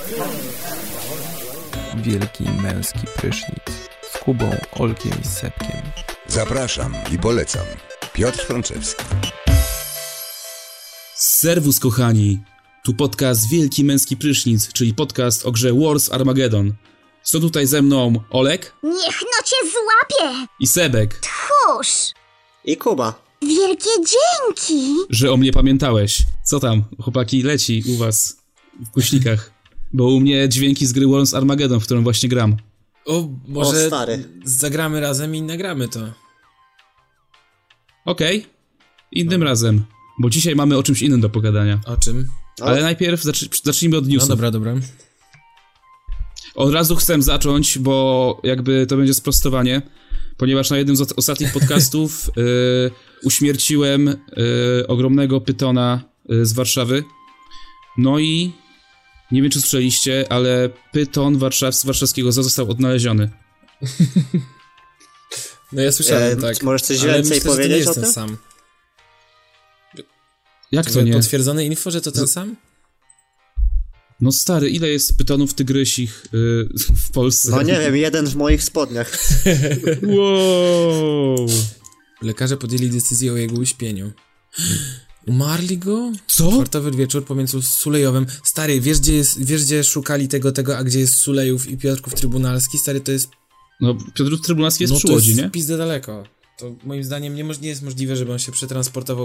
Wielki męski prysznic z Kubą, Olkiem i Sepkiem. Zapraszam i polecam. Piotr Frączewski. Serwus kochani, tu podcast Wielki Męski Prysznic, czyli podcast o grze Wars Armageddon. Są tutaj ze mną Olek. Niech no cię złapie! I Sebek. Tchórz! I Kuba. Wielkie dzięki! Że o mnie pamiętałeś. Co tam, chłopaki, leci u was w kuśnikach? Bo u mnie dźwięki z gry Wars Armageddon, w którą właśnie gram. Może stary. zagramy razem i nagramy to. Okej, innym razem, bo dzisiaj mamy o czymś innym do pogadania. O czym? Ale najpierw zacznijmy od newsów. No dobra. Od razu chcę zacząć, bo jakby to będzie sprostowanie, ponieważ na jednym z ostatnich podcastów uśmierciłem ogromnego pytona z Warszawy. No i nie wiem, czy słyszeliście, ale pyton z warszawskiego zoo został odnaleziony. No ja słyszałem, tak. Możesz coś ale więcej myślę, powiedzieć że o to tym? nie jest ten sam. Jak to nie? Potwierdzone info, że to ten sam? No stary, ile jest pytonów tygrysich w Polsce? No nie wiem, jeden w moich spodniach. Wow. Lekarze podjęli decyzję o jego uśpieniu. Umarli go? Co? Czwartowy wieczór pomiędzy Sulejowem. Stary, wiesz gdzie szukali tego, a gdzie jest Sulejów i Piotrków Trybunalski? Stary, to jest... No, Piotrów Trybunalski jest no, przy Łodzi, nie? to jest pizdę daleko. To moim zdaniem nie jest możliwe, żeby on się przetransportował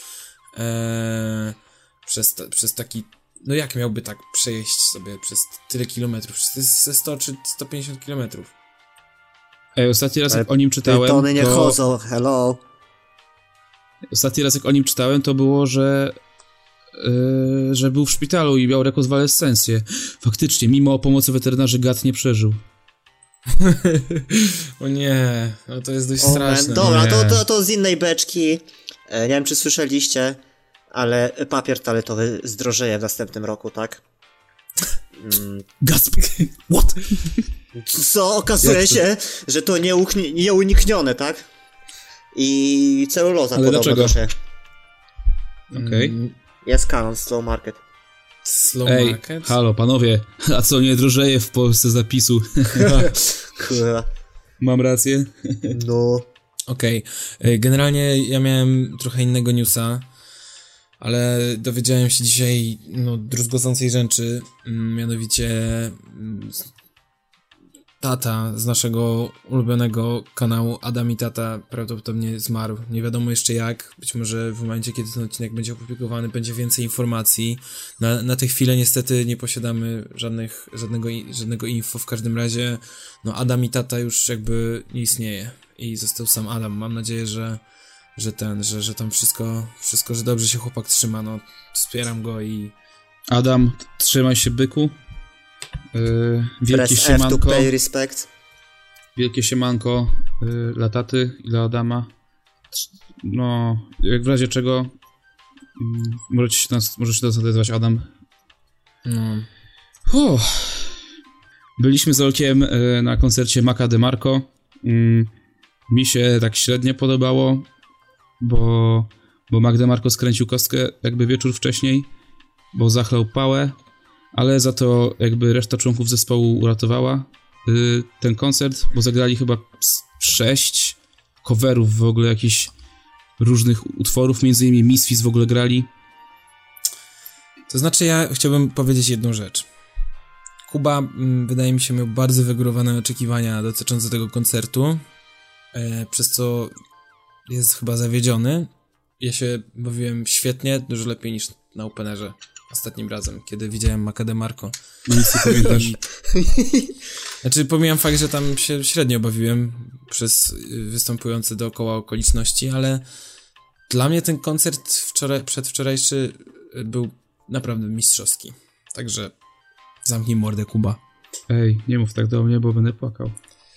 przez taki... No jak miałby tak przejść sobie przez tyle kilometrów? Przecież to jest ze 100 czy 150 kilometrów. Ej, ostatni raz jak o nim czytałem... Pytony nie chodzą, hello. Ostatni raz jak o nim czytałem, to było, że był w szpitalu i miał rekonwalescencję. Faktycznie, mimo pomocy weterynarzy gad nie przeżył. O nie, no to jest dość straszne. Dobra, nie. to z innej beczki. Nie wiem, czy słyszeliście, ale papier toaletowy zdrożeje w następnym roku, tak? Gasp! What? Co okazuje się, że to nieuniknione, tak? I celuloza ale podobno dlaczego? też. Okej. Jest kanon, slow market. Slow Ej, market? halo, panowie, a co nie drożeje w Polsce zapisu? Kurwa. Mam rację? No. Okej. Generalnie ja miałem trochę innego newsa, ale dowiedziałem się dzisiaj druzgocącej rzeczy, mianowicie tata z naszego ulubionego kanału Adam i Tata prawdopodobnie zmarł. Nie wiadomo jeszcze jak. Być może w momencie, kiedy ten odcinek będzie opublikowany, będzie więcej informacji. Na tę chwilę niestety nie posiadamy żadnego info. W każdym razie Adam i Tata już jakby nie istnieje. I został sam Adam. Mam nadzieję, że tam wszystko, że dobrze się chłopak trzyma. Wspieram go i... Adam, trzymaj się, byku. Wielkie Press F to siemanko. pay respect. Wielkie siemanko dla taty i dla Adama. No, jak w razie czego możecie się nas odezwać, Adam. No. Byliśmy z Olkiem na koncercie Maca DeMarco. Mi się tak średnio podobało, bo Mac DeMarco skręcił kostkę jakby wieczór wcześniej, bo zachlał pałę, ale za to jakby reszta członków zespołu uratowała ten koncert, bo zagrali chyba 6 coverów w ogóle jakichś różnych utworów, między innymi Misfits w ogóle grali. To znaczy ja chciałbym powiedzieć jedną rzecz. Kuba, wydaje mi się, miał bardzo wygórowane oczekiwania dotyczące tego koncertu, przez co jest chyba zawiedziony. Ja się bawiłem świetnie, dużo lepiej niż na Openerze ostatnim razem, kiedy widziałem Maca DeMarco. Nic nie pamiętasz. Znaczy, pomijam fakt, że tam się średnio bawiłem przez występujące dookoła okoliczności, ale dla mnie ten koncert przedwczorajszy był naprawdę mistrzowski. Także zamknij mordę, Kuba. Ej, nie mów tak do mnie, bo będę płakał.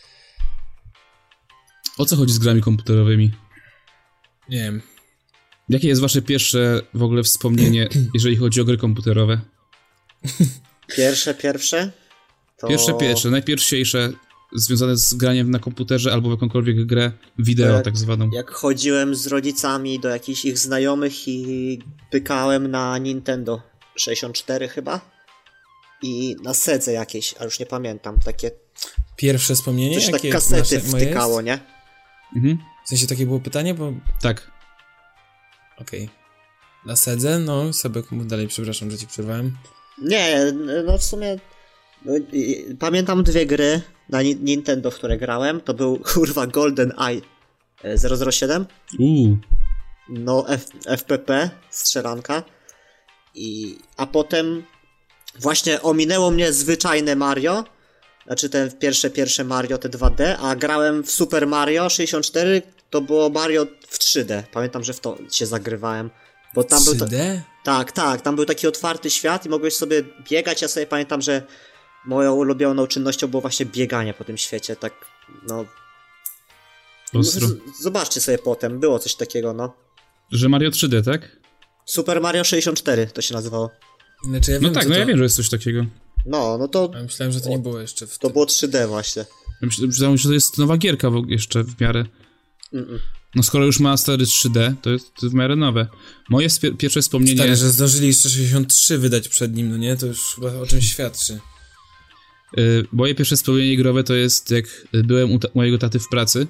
O co chodzi z grami komputerowymi? Nie wiem. Jakie jest wasze pierwsze w ogóle wspomnienie, jeżeli chodzi o gry komputerowe? Pierwsze? To... Pierwsze, najpierwsiejsze, związane z graniem na komputerze albo w jakąkolwiek grę wideo tak zwaną. Jak chodziłem z rodzicami do jakichś ich znajomych i pykałem na Nintendo 64 chyba. i na Sedze jakieś, a już nie pamiętam, takie... Pierwsze wspomnienie? Coś tak jakie kasety moje wtykało, jest? nie? Mhm. W sensie takie było pytanie, bo... Tak. Okej. Na Sedze? No, Sebek, mów dalej, przepraszam, że ci przerwałem. Nie, no w sumie... Pamiętam 2 gry na Nintendo, w które grałem. To był, kurwa, Golden Eye 007. No, FPP, strzelanka. A potem właśnie ominęło mnie zwyczajne Mario. Znaczy ten pierwsze Mario, te 2D, a grałem w Super Mario 64, to było Mario w 3D. Pamiętam, że w to się zagrywałem. Bo tam 3D? Tak, tam był taki otwarty świat i mogłeś sobie biegać. Ja sobie pamiętam, że moją ulubioną czynnością było właśnie bieganie po tym świecie, tak, no... Ostro. Zobaczcie sobie potem, było coś takiego, no. Że Mario 3D, tak? Super Mario 64 to się nazywało. Znaczy, ja No wiem, tak, co no to... ja wiem, że jest coś takiego. No to... Ja myślałem, że to nie było jeszcze w To było 3D właśnie. Ja myślałem, że to jest nowa gierka jeszcze w miarę. No skoro już ma stary 3D, to jest w miarę nowe. Moje pierwsze wspomnienie... Stary, że zdążyli jeszcze 63 wydać przed nim, no nie? To już chyba o czymś świadczy. Moje pierwsze wspomnienie growe to jest, jak byłem u mojego taty w pracy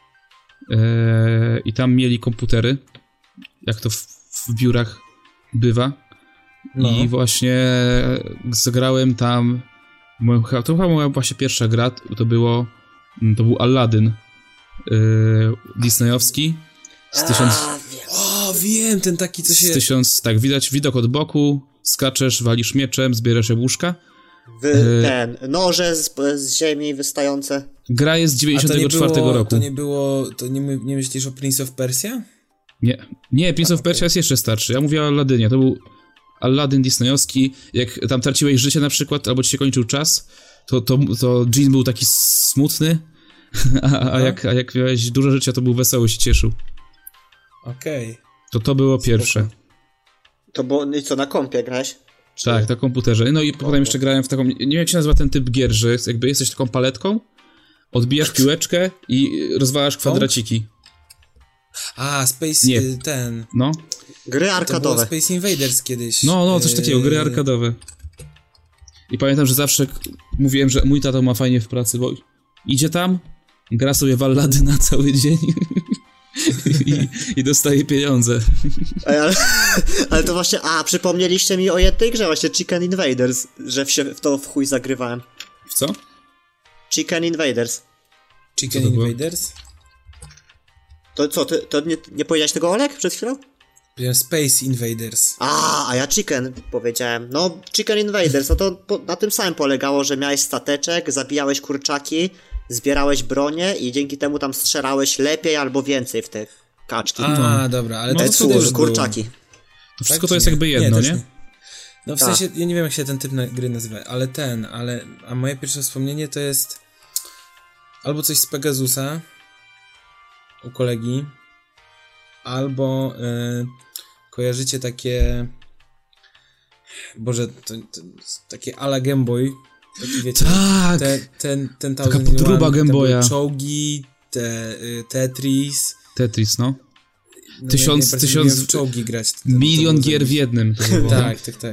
i tam mieli komputery, jak to w biurach bywa. No. I właśnie zagrałem tam, to była moja właśnie pierwsza gra, to był Aladdin disneyowski z 1000... O, wiem, ten taki, co się... Z 1000, tak, widać widok od boku, skaczesz, walisz mieczem, zbierasz jabłuszka. Noże z ziemi wystające. Gra jest z 94 roku. To nie myślisz o Prince of Persia? Nie, Prince of Persia jest jeszcze starszy. Ja mówię o Aladynie. To był Aladdin disneyowski. Jak tam traciłeś życie na przykład, albo ci się kończył czas, to Dżin był taki smutny, a jak miałeś dużo życia, to był wesoły, się cieszył. Okej. To było pierwsze. To było, i co, na kompie grałeś? Tak, na komputerze. No i potem jeszcze grałem w taką, nie wiem jak się nazywa ten typ gier, że jakby jesteś taką paletką, odbijasz piłeczkę i rozwalasz kwadraciki. A, Space, Nie. ten... No. Gry To arkadowe. było Space Invaders kiedyś. No, coś takiego, gry arkadowe. I pamiętam, że zawsze mówiłem, że mój tato ma fajnie w pracy, bo idzie tam, gra sobie w Aladyna cały dzień i dostaje pieniądze. Ale to właśnie, przypomnieliście mi o jednej grze, właśnie Chicken Invaders, że w to w chuj zagrywałem. W co? Chicken Invaders. Chicken Co to było? Invaders? To co, to nie powiedziałeś tego, Olek, przed chwilą? Powiedziałem Space Invaders. A ja Chicken powiedziałem. No, Chicken Invaders, no to na tym samym polegało, że miałeś stateczek, zabijałeś kurczaki, zbierałeś bronię i dzięki temu tam strzelałeś lepiej albo więcej w te kaczki. Dobra, ale No, to to wtedy już kurczaki. To wszystko Tak, to jest czy jakby nie? jedno, Też nie? No w Tak. sensie, ja nie wiem jak się ten typ gry nazywa, a moje pierwsze wspomnienie to jest albo coś z Pegasusa u kolegi, albo kojarzycie takie, Boże, to takie a la Game Boy, taki wiecie, Tak! ten Taka podróba Game Boya. Czołgi, Tetris. Tetris, no. No, Tysiąc- lubiłem w czołgi grać. Milion było gier w jednym. To było. Tak.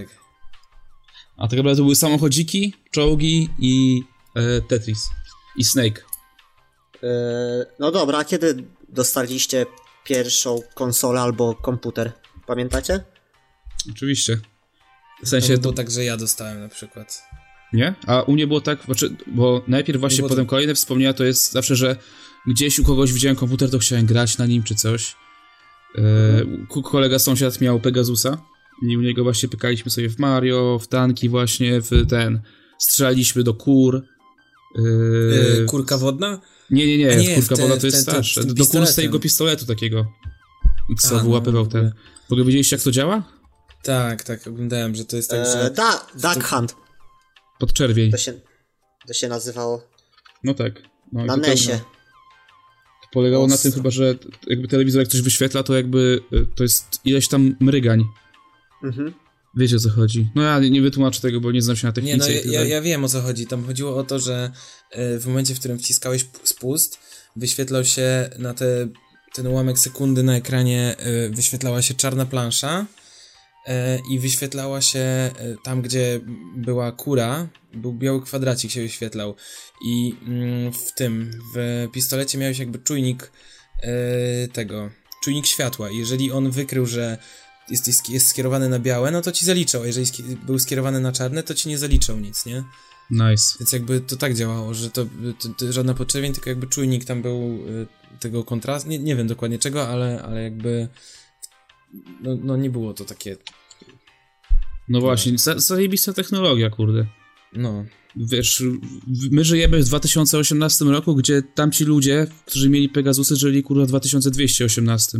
A tak naprawdę to były samochodziki, czołgi i Tetris. I Snake. No dobra, a kiedy dostaliście pierwszą konsolę albo komputer? Pamiętacie? Oczywiście. W To sensie było tak, że ja dostałem na przykład. Nie? A u mnie było tak, znaczy, bo najpierw właśnie było potem tak. kolejne wspomnienia to jest zawsze, że gdzieś u kogoś widziałem komputer, to chciałem grać na nim czy coś. Kolega sąsiad miał Pegasusa i u niego właśnie pykaliśmy sobie w Mario, w tanki właśnie, strzelaliśmy do kur. Kurka wodna? Nie, kurka woda to jest starsze. tym Do kur z pistoletem. tego pistoletu takiego, co A, wyłapywał no, ten. W ogóle wiedzieliście jak to działa? Tak, oglądałem, że to jest tak, że... Duck Hunt Podczerwień. to się nazywało. No tak. No, i Na to NES-ie. To polegało na Ostro. tym chyba, że jakby telewizor jak coś wyświetla, to jakby to jest ileś tam mrygań. Mhm. Wiecie o co chodzi. No ja nie wytłumaczę tego, bo nie znam się na Nie, no technice. i tak dalej. ja wiem o co chodzi. Tam chodziło o to, że w momencie, w którym wciskałeś spust, wyświetlał się na ten ułamek sekundy na ekranie, wyświetlała się czarna plansza i wyświetlała się tam, gdzie była kura, był biały kwadracik się wyświetlał i w pistolecie miałeś jakby czujnik czujnik światła i jeżeli on wykrył, że jest skierowany na białe, no to ci zaliczał, a jeżeli był skierowany na czarne, to ci nie zaliczał nic, nie? Nice. Więc jakby to tak działało, że to żadna podczerwień, tylko jakby czujnik tam był tego kontrastu, nie wiem dokładnie czego, ale jakby no nie było to takie... No właśnie, zajebista technologia, kurde. No. Wiesz, my żyjemy w 2018 roku, gdzie tamci ludzie, którzy mieli Pegasusy, żyli kurwa w 2218.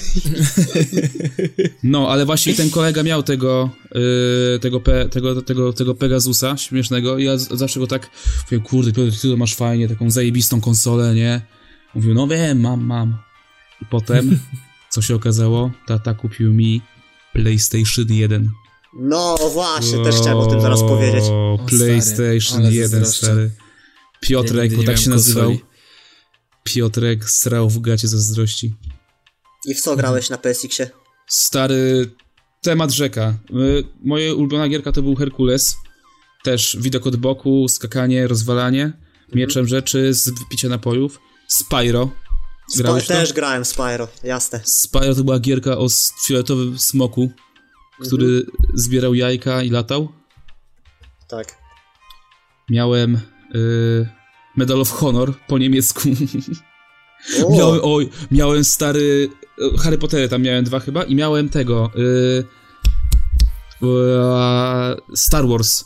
No, ale właśnie ten kolega miał tego Pegasusa śmiesznego i ja zawsze go tak mówię, kurde, Piotr, ty to masz fajnie, taką zajebistą konsolę, nie? Mówił, no wiem, mam. I potem, co się okazało, tata kupił mi PlayStation 1. No właśnie, też chciałem o tym zaraz powiedzieć. PlayStation 1, stary. Piotrek, bo tak się nazywał. Piotrek srał w gacie zazdrości. I w co grałeś na PSX-ie? Stary, temat rzeka. Moja ulubiona gierka to był Herkules. Też widok od boku, skakanie, rozwalanie, mieczem rzeczy z wypicia napojów. Spyro. Też grałem w Spyro, jasne. Spyro to była gierka o fioletowym smoku, który zbierał jajka i latał. Tak. Miałem Medal of Honor po niemiecku. Miałem stary Harry Pottery, tam miałem 2 chyba i miałem tego Star Wars.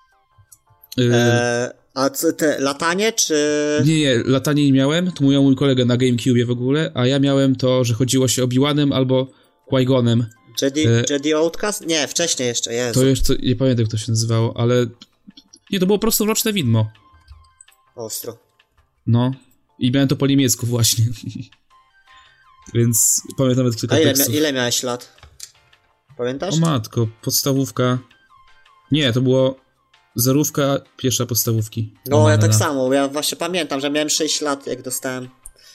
A co, latanie, czy... Nie, latanie nie miałem, to mój kolega na GameCube w ogóle, a ja miałem to, że chodziło się Obi-Wanem albo Qui-Gonem. Jedi Outcast? Nie, wcześniej jeszcze, Jezu. To jeszcze, nie pamiętam jak to się nazywało, ale... Nie, to było po prostu Mroczne Widmo. Ostro. No. I miałem to po niemiecku właśnie. Więc pamiętam nawet kilka tekstów. Ile miałeś lat? Pamiętasz? O matko, podstawówka... Nie, to było zerówka, pierwsza podstawówki. No, ja tak samo. Ja właśnie pamiętam, że miałem 6 lat, jak dostałem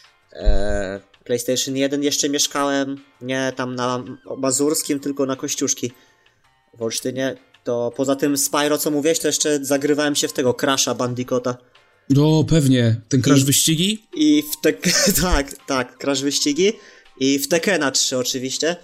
PlayStation 1. Jeszcze mieszkałem nie tam na Mazurskim, tylko na Kościuszki w Olsztynie. To poza tym Spyro, co mówiłeś, to jeszcze zagrywałem się w tego Crasha Bandicoota. No, pewnie. Ten Crash Wyścigi? I w tak, Crash Wyścigi. I w Tekkena 3 oczywiście.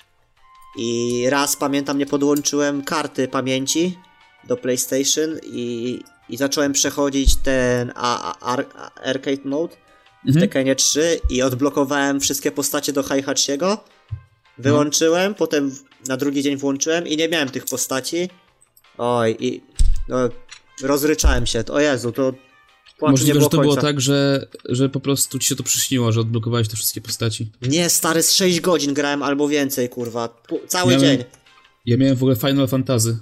I raz, pamiętam, nie podłączyłem karty pamięci do PlayStation i zacząłem przechodzić ten arcade mode w Tekkenie 3 i odblokowałem wszystkie postacie do Heihachiego. Wyłączyłem, potem na drugi dzień włączyłem i nie miałem tych postaci. Oj, i no, rozryczałem się. O Jezu, to możliwe, że to było tak, że po prostu ci się to przyśniło, że odblokowałeś te wszystkie postaci. Nie, stary, z 6 godzin grałem albo więcej, kurwa. Cały dzień. Ja miałem w ogóle Final Fantasy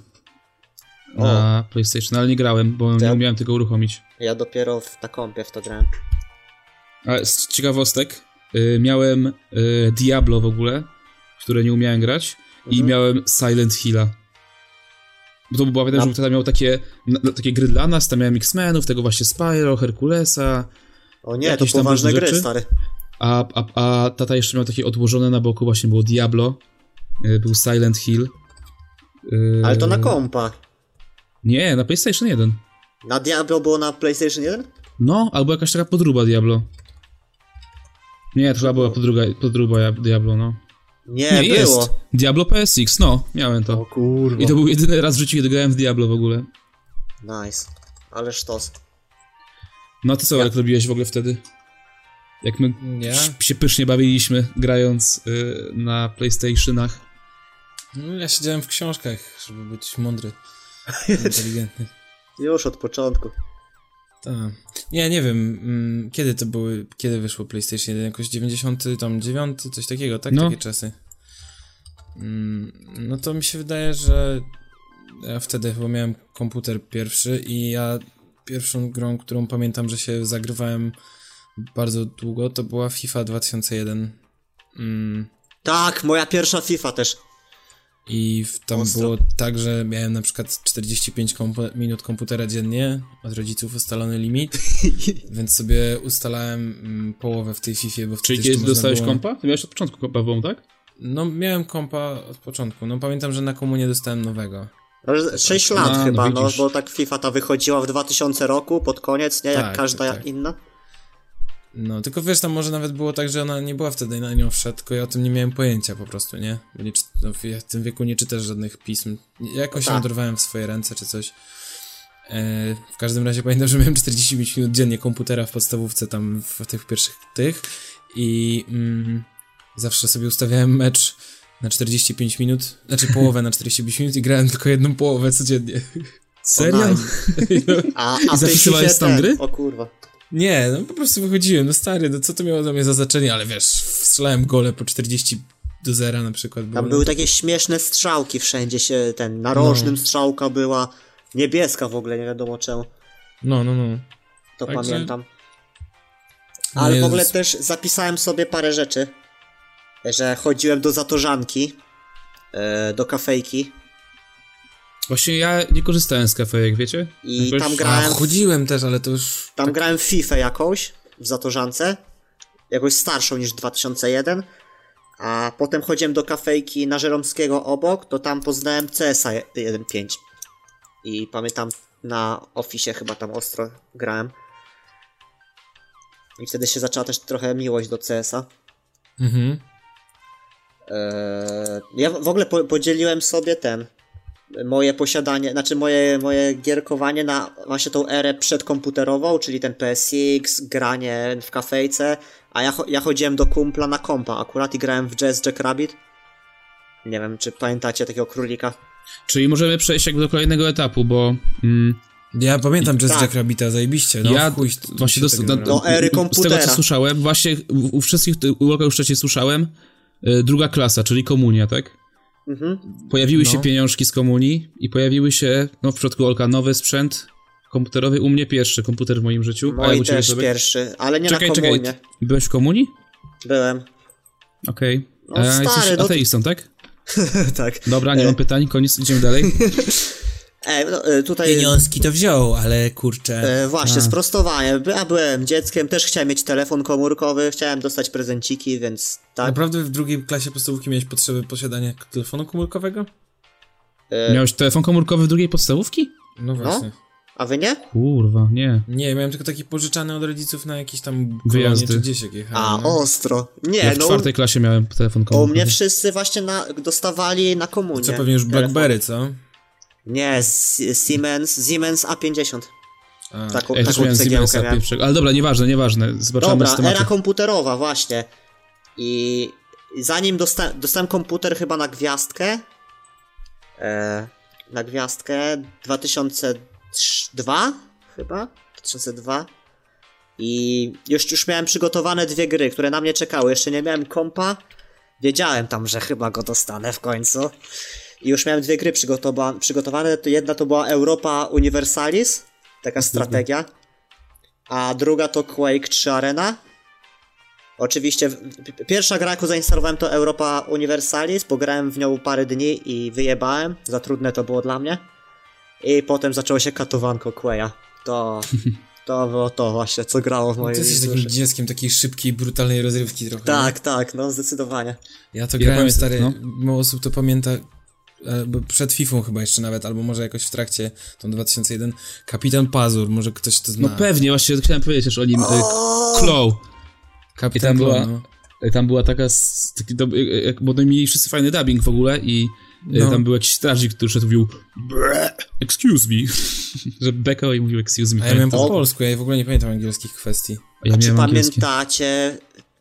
na PlayStation, ale nie grałem, bo nie umiałem tego uruchomić. Ja dopiero na kompie w to grałem. Ale z ciekawostek, miałem Diablo w ogóle, w które nie umiałem grać, i miałem Silent Hilla. Bo to była wiadomo, że tata miał takie gry dla nas, tam miałem X-Menów, tego właśnie Spyro, Herkulesa. O nie, to poważne gry, stary. A tata jeszcze miał takie odłożone na boku, właśnie było Diablo, był Silent Hill. Ale to na kompa. Nie, na PlayStation 1. Na Diablo było na PlayStation 1? No, albo jakaś taka podróba Diablo. Nie, to chyba była podróba Diablo, no. Nie było. Jest. Diablo PSX, no, miałem to. O kurwa. I to był jedyny raz w życiu, kiedy grałem w Diablo w ogóle. Nice. Ale sztos. No a ty co, jak robiłeś w ogóle wtedy? Jak my się pysznie bawiliśmy, grając na PlayStationach. No, ja siedziałem w książkach, żeby być mądry, inteligentny. Już od początku. Tak. Nie wiem, kiedy wyszło PlayStation 1, jakoś 99, coś takiego, tak? No. Takie czasy. No to mi się wydaje, że ja wtedy chyba miałem komputer pierwszy i ja pierwszą grą, którą pamiętam, że się zagrywałem bardzo długo, to była FIFA 2001. Tak, moja pierwsza FIFA też. I tam było tak, że miałem na przykład 45 minut komputera dziennie, od rodziców ustalony limit, więc sobie ustalałem połowę w tej Fifie, bo wtedy czyli kiedy dostałeś kompa? Ty miałeś od początku kompa, tak? No, miałem kompa od początku. No, pamiętam, że na komunie dostałem nowego. 6 lat no chyba, widzisz. bo tak FIFA ta wychodziła w 2000 roku, pod koniec, nie? Jak Tak, każda tak. inna. No, tylko wiesz, tam może nawet było tak, że ona nie była wtedy najnowsza, tylko ja o tym nie miałem pojęcia po prostu, nie? Bo ja w tym wieku nie czytasz żadnych pism. Jakoś tak. ją dorwałem w swoje ręce czy coś. W każdym razie pamiętam, że miałem 45 minut dziennie komputera w podstawówce tam w tych pierwszych i zawsze sobie ustawiałem mecz na 45 minut, znaczy połowę na 45 minut i grałem tylko jedną połowę codziennie. Serio? O, nice. I zapisywałeś tam gry? O kurwa. Nie, no po prostu wychodziłem, no stary, no co to miało dla mnie za znaczenie, ale wiesz, strzelałem gole po 40-0 na przykład. Tam były takie śmieszne strzałki wszędzie się, narożnym strzałka była, niebieska w ogóle, nie wiadomo czemu. No. To Także- pamiętam. No Ale w jest- ogóle też zapisałem sobie parę rzeczy, że chodziłem do Zatorzanki, do kafejki Właśnie ja nie korzystałem z kafejek, wiecie? i Jakoś- tam A, grałem, chodziłem też, ale to już... tam grałem w FIFA jakąś, w Zatorzance, jakąś starszą niż 2001, a potem chodziłem do kafejki na Żeromskiego obok, to tam poznałem CS-a 1.5 i pamiętam na Office chyba tam ostro grałem i wtedy się zaczęła też trochę miłość do CS-a. Mhm. Ja w ogóle podzieliłem sobie moje posiadanie, znaczy moje gierkowanie na właśnie tą erę przedkomputerową, czyli ten PSX, granie w kafejce, a ja chodziłem do kumpla na kompa akurat i grałem w Jazz Jackrabbit. Nie wiem, czy pamiętacie takiego królika? Czyli możemy przejść jakby do kolejnego etapu, bo Ja pamiętam Jazz Tak. Jackrabbita, zajebiście, no ja chuj, właśnie się tego grałem. Do ery z tego komputera. co słyszałem, właśnie u wszystkich ulogach już wcześniej słyszałem, druga klasa, czyli komunia, tak? Mhm. Pojawiły się No. pieniążki z komunii i pojawiły się, w przypadku Olka, nowy sprzęt komputerowy, u mnie pierwszy komputer w moim życiu. a Moi u ciebie też sobie? pierwszy, ale nie Czekaj, na komunie. byłeś w komunii? Byłem. Okej. No, stary, Jesteś no to- ateistą, tak? Tak. Dobra, nie mam pytań, koniec, idziemy dalej. Tutaj... Pieniążki to wziął, ale kurczę... Właśnie, sprostowanie. Ja byłem dzieckiem, też chciałem mieć telefon komórkowy, chciałem dostać prezenciki, więc tak. Naprawdę w drugiej klasie podstawówki miałeś potrzebę posiadania telefonu komórkowego? Miałeś telefon komórkowy w drugiej podstawówki? No właśnie. A wy nie? Kurwa, nie. Nie, miałem tylko taki pożyczany od rodziców na jakieś tam kolonie Wyjazdy. czy gdzieś jak jechałem. A, no. ostro. Nie, Ja w no. czwartej klasie miałem telefon U komórkowy. mnie wszyscy właśnie dostawali na komunię. Co, pewnie już telefon. BlackBerry, co? Nie, Siemens A50. A. Taką Ja też miałem cegiełkę Siemensa miałem. pierwszego. Ale dobra, nieważne. Zobaczymy Dobra, z tematem. era komputerowa, właśnie. I zanim dostałem komputer chyba na gwiazdkę, na gwiazdkę 2002 chyba? 2002. I już miałem przygotowane 2 gry, które na mnie czekały. Jeszcze nie miałem kompa. Wiedziałem tam, że chyba go dostanę w końcu. I już miałem 2 gry przygotowane. Jedna to była Europa Universalis, taka strategia. A druga to Quake 3 Arena. Oczywiście pierwsza gra, jaką zainstalowałem, to Europa Universalis. Pograłem w nią parę dni i wyjebałem. Za trudne to było dla mnie. I potem zaczęło się katowanko Quake'a. To było to właśnie, co grało w Ty mojej jesteś duszy. takim dzieckiem takiej szybkiej, brutalnej rozrywki trochę. Tak, no zdecydowanie. Ja to Ja grałem, pamiętam, stary, no. mało osób to pamięta, bo przed Fifą chyba jeszcze nawet, albo może jakoś w trakcie, tą 2001, Kapitan Pazur, może ktoś to zna. No pewnie, właśnie chciałem powiedzieć też o nim. Claw. Kapitan I tam Claw, była- no. Tam była taka, bo oni mieli wszyscy fajny dubbing w ogóle i No. tam był jakiś strażnik, który szedł i mówił excuse me, że bekał i mówił excuse me. A ja miałem po O. polsku, ja w ogóle nie pamiętam angielskich kwestii. A ja A czy miałem angielski. pamiętacie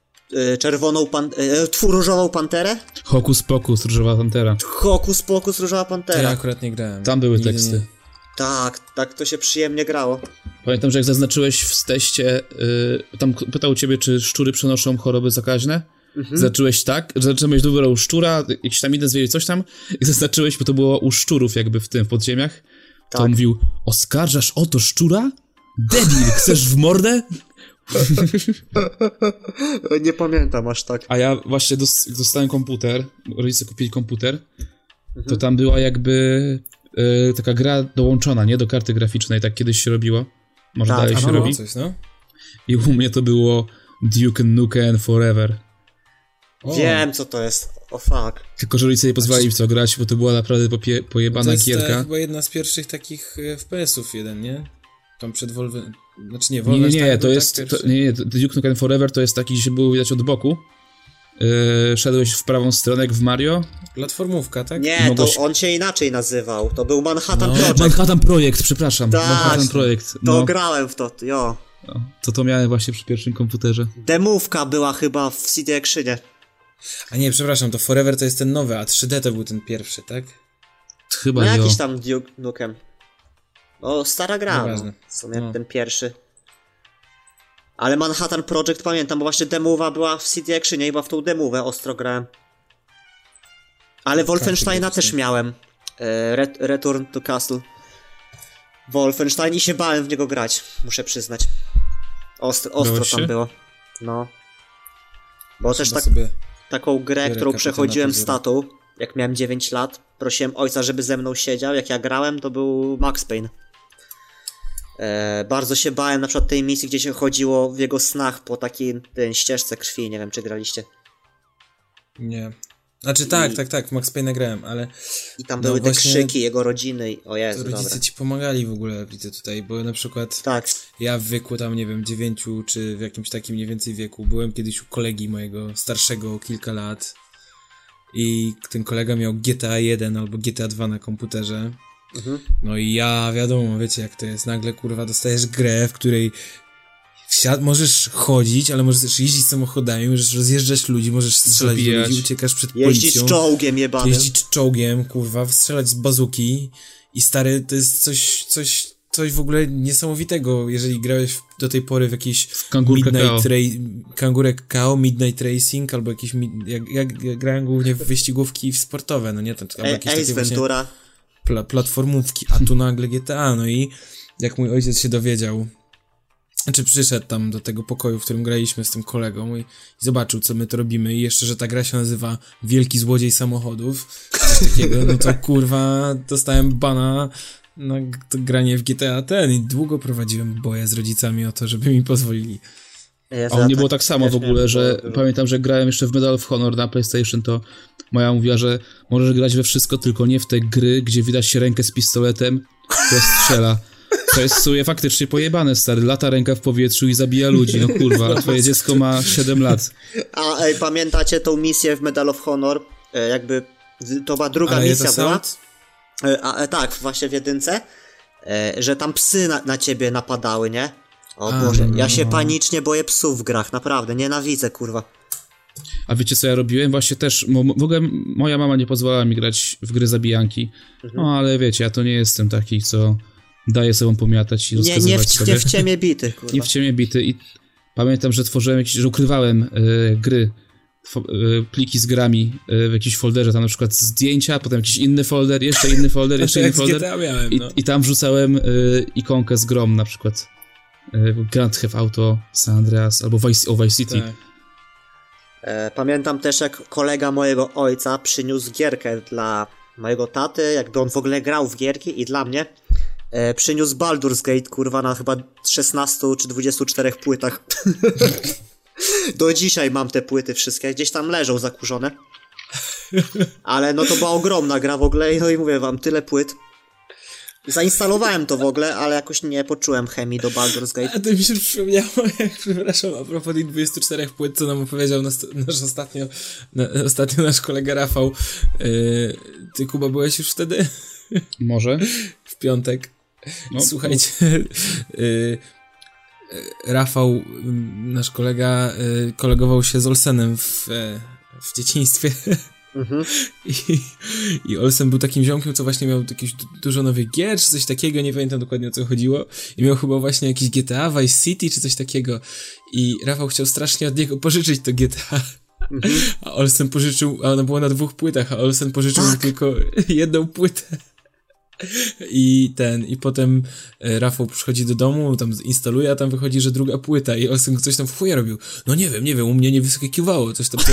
różową panterę? Hokus pokus, różowa pantera. Hokus pokus, różowa To ja pantera. akurat nie grałem. Tam były Nigdy teksty. nie. Tak, to się przyjemnie grało. Pamiętam, że jak zaznaczyłeś w teście, tam pytał ciebie, czy szczury przenoszą choroby zakaźne. Zaznaczyłeś tak, że zacząłeś wybrał szczura, jakiś tam jeden zwierzę, coś tam i zaznaczyłeś, bo to było u szczurów jakby w podziemiach. To Tak. on mówił, oskarżasz o to szczura? Debil, chcesz w mordę? Nie pamiętam aż tak. A ja właśnie dostałem komputer, rodzice kupili komputer, to tam była jakby taka gra dołączona, nie? Do karty graficznej, tak kiedyś się robiło. Może Tak, dalej a się No, robi. coś, no. I u mnie to było Duke Nukem Forever. O, Wiem co to jest. O fuck. Tylko, że rodzice nie pozwali w to grać, bo to była naprawdę pojebana to jest gierka. chyba jedna z pierwszych takich FPS-ów jeden, nie? Tam przed Wolven... Znaczy nie, Nie, to jest... Duke Nukem Forever to jest taki, gdzie było widać od boku. Szedłeś w prawą stronę jak w Mario. Platformówka, tak? Nie, to on się inaczej nazywał. To był Manhattan Project. Manhattan Projekt, przepraszam. Tak, Manhattan Projekt. To grałem w to, jo. To miałem właśnie przy pierwszym komputerze. Demówka była chyba w CD Actionie. A nie, przepraszam, to Forever to jest ten nowy, a 3D to był ten pierwszy, tak? Chyba No jo. jakiś tam Duke Nukem. No, stara gra, Nieważne. w sumie ten pierwszy. Ale Manhattan Project pamiętam, bo właśnie demowa była w CD Actionie, chyba w tą demówę ostro grałem. Ale Wolfensteina też miałem. Return to Castle. Wolfenstein i się bałem w niego grać, muszę przyznać. Ostro tam było. No. Bo też taką grę, którą przechodziłem z tatą, jak miałem 9 lat, prosiłem ojca, żeby ze mną siedział, jak ja grałem, to był Max Payne. Bardzo się bałem na przykład tej misji, gdzie się chodziło w jego snach po takiej ścieżce krwi, nie wiem czy graliście. Nie. Znaczy tak, w Max Payne grałem, ale... I tam były te krzyki jego rodziny, o Jezu, rodzice dobra. ci pomagali w ogóle, widzę tutaj, bo na przykład tak. Ja w wieku tam, nie wiem, 9 czy w jakimś takim mniej więcej wieku, byłem kiedyś u kolegi mojego starszego o kilka lat i ten kolega miał GTA 1 albo GTA 2 na komputerze. No i ja, wiadomo, wiecie jak to jest, nagle kurwa dostajesz grę, w której możesz chodzić, ale możesz też jeździć samochodami, możesz rozjeżdżać ludzi, możesz strzelać do ludzi, uciekasz przed policją. Jeździć czołgiem jebanym. Jeździć czołgiem, kurwa, strzelać z bazuki i stary, to jest coś w ogóle niesamowitego, jeżeli grałeś do tej pory w jakiś Kangurek KO, Midnight Racing, albo jakiś, jak grałem głównie w wyścigówki sportowe, no nie? Albo jakieś Ace takie Ventura. Platformówki, a tu nagle GTA, no i jak mój ojciec się dowiedział, czy przyszedł tam do tego pokoju, w którym graliśmy z tym kolegą i zobaczył, co my to robimy i jeszcze, że ta gra się nazywa Wielki Złodziej Samochodów, coś takiego, no to kurwa dostałem bana na to granie w GTA ten i długo prowadziłem boje z rodzicami o to, żeby mi pozwolili. A u mnie było tak samo w ogóle, że pamiętam, że grałem jeszcze w Medal of Honor na PlayStation, to moja mówiła, że możesz grać we wszystko, tylko nie w te gry, gdzie widać się rękę z pistoletem, która strzela. To jest w sumie faktycznie pojebane, stary. Lata ręka w powietrzu i zabija ludzi, no kurwa, a twoje dziecko ma 7 lat. A pamiętacie tą misję w Medal of Honor? Jakby to była druga misja była. Tak, właśnie w jedynce, że tam psy na ciebie napadały, nie? O Boże, ja się panicznie boję psów w grach, naprawdę, nienawidzę, kurwa. A wiecie co ja robiłem? Właśnie też, w ogóle moja mama nie pozwalała mi grać w gry zabijanki. No ale wiecie, ja to nie jestem taki, co daje sobą pomiatać i rozkazywać sobie. Nie w ciemię bity, kurwa. Nie w ciemię bity i pamiętam, że tworzyłem że ukrywałem gry, pliki z grami w jakimś folderze, tam na przykład zdjęcia, potem jakiś inny folder, jeszcze inny folder, jeszcze inny folder miałem, no. I tam wrzucałem ikonkę z grom na przykład. Grand Theft Auto, San Andreas albo Vice City. Tak. Pamiętam też, jak kolega mojego ojca przyniósł gierkę dla mojego taty, jakby on w ogóle grał w gierki i dla mnie przyniósł Baldur's Gate, kurwa, na chyba 16 czy 24 płytach. Do dzisiaj mam te płyty wszystkie, gdzieś tam leżą zakurzone. Ale no to była ogromna gra w ogóle, no i mówię wam, tyle płyt. Zainstalowałem to w ogóle, ale jakoś nie poczułem chemii do Baldur's Gate. A to mi się przypomniało, jak, przepraszam, a propos tych 24 płyt, co nam opowiedział ostatnio nasz kolega Rafał. Ty, Kuba, byłeś już wtedy? Może. W piątek. No, słuchajcie, Rafał, nasz kolega, kolegował się z Olsenem w dzieciństwie. I Olsen był takim ziomkiem, co właśnie miał jakieś dużo nowych gier, czy coś takiego, nie pamiętam dokładnie o co chodziło. I miał chyba właśnie jakieś GTA, Vice City, czy coś takiego. I Rafał chciał strasznie od niego pożyczyć to GTA. A Olsen pożyczył, a ono było na 2 płytach, a Olsen pożyczył tylko 1 płytę. I potem Rafał przychodzi do domu, tam instaluje, a tam wychodzi, że 2 płyta i Olsen coś tam w chuja robił. No nie wiem, u mnie nie wyskakiwało, coś tam.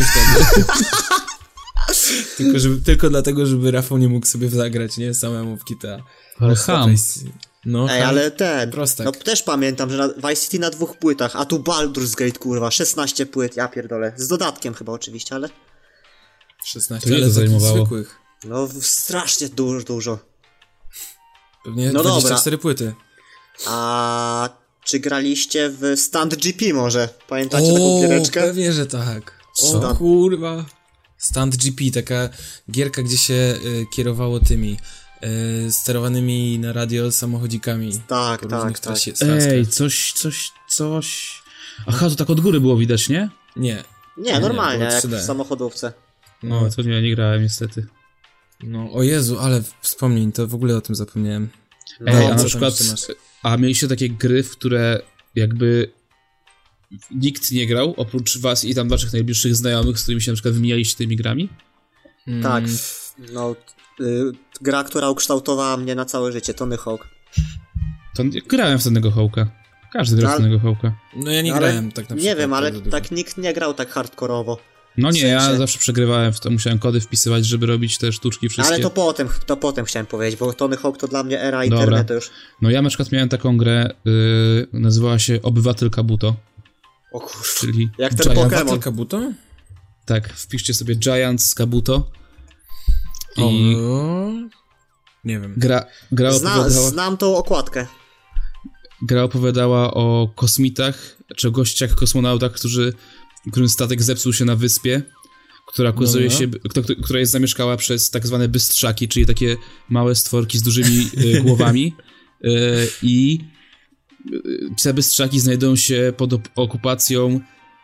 Tylko dlatego, żeby Rafał nie mógł sobie zagrać, nie? Samemu w GTA. Ale ham. No, ale prostak. No też pamiętam, że Vice City na 2 płytach, a tu Baldur's Gate, kurwa, 16 płyt, ja pierdolę. Z dodatkiem chyba oczywiście, ale... 16, To ile ale to zajmowało? zwykłych. No strasznie dużo. Pewnie No 24 płyty. A czy graliście w Stand GP może? Pamiętacie taką giereczkę? Pewnie, że tak. Co? O kurwa. Stand GP, taka gierka, gdzie się kierowało tymi sterowanymi na radio samochodzikami. Tak, po tak, różnych tak. straskach. Ej, coś... Aha, to tak od góry było widać, nie? Nie. Nie, normalnie, było jak 3D. w samochodówce. No, to nie grałem niestety. No, o Jezu, ale wspomnień, to w ogóle o tym zapomniałem. Ej, No, a co na tam przykład... jeszcze masz? A mieliście takie gry, w które jakby nikt nie grał, oprócz was i tam waszych najbliższych znajomych, z którymi się na przykład wymienialiście tymi grami? Tak, no gra, która ukształtowała mnie na całe życie, Tony Hawk. To grałem w Tonego Hawka. Każdy grał w Ale- Tonego Hawka. No ja nie Ale grałem tak na przykład. Nie wiem, ale bardzo dużo. tak nikt nie grał tak hardkorowo. No nie, W sensie- ja zawsze przegrywałem w to, musiałem kody wpisywać, żeby robić te sztuczki wszystkie. Ale to potem chciałem powiedzieć, bo Tony Hawk to dla mnie era Dobra. internetu już. No ja na przykład miałem taką grę, nazywała się Obywatel Kabuto, O kurwa. czyli Jak ten Giant, Pokémon. Battle Kabuto? tak, wpiszcie sobie Giants Kabuto i Nie wiem. Znam tą okładkę. gra opowiadała o kosmitach, czy o gościach, kosmonautach, którym statek zepsuł się na wyspie, która okazuje się, która jest zamieszkała przez tak zwane bystrzaki, czyli takie małe stworki z dużymi głowami i te bystrzaki znajdują się pod okupacją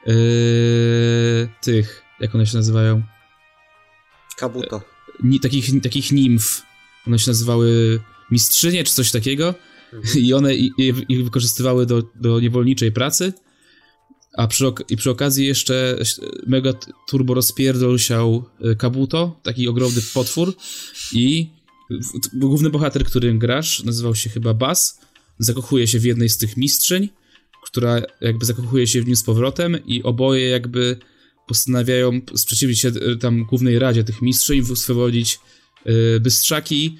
tych, jak one się nazywają? Kabuto. Takich nimf. One się nazywały mistrzynie, czy coś takiego. I one ich wykorzystywały do niewolniczej pracy. A przy okazji jeszcze mega turbo rozpierdol siał Kabuto, taki ogromny potwór. I główny bohater, którym grasz, nazywał się chyba Bas. Zakochuje się w jednej z tych mistrzyń, która jakby zakochuje się w nim z powrotem i oboje jakby postanawiają sprzeciwić się tam głównej radzie tych mistrzyń, swobodić bystrzaki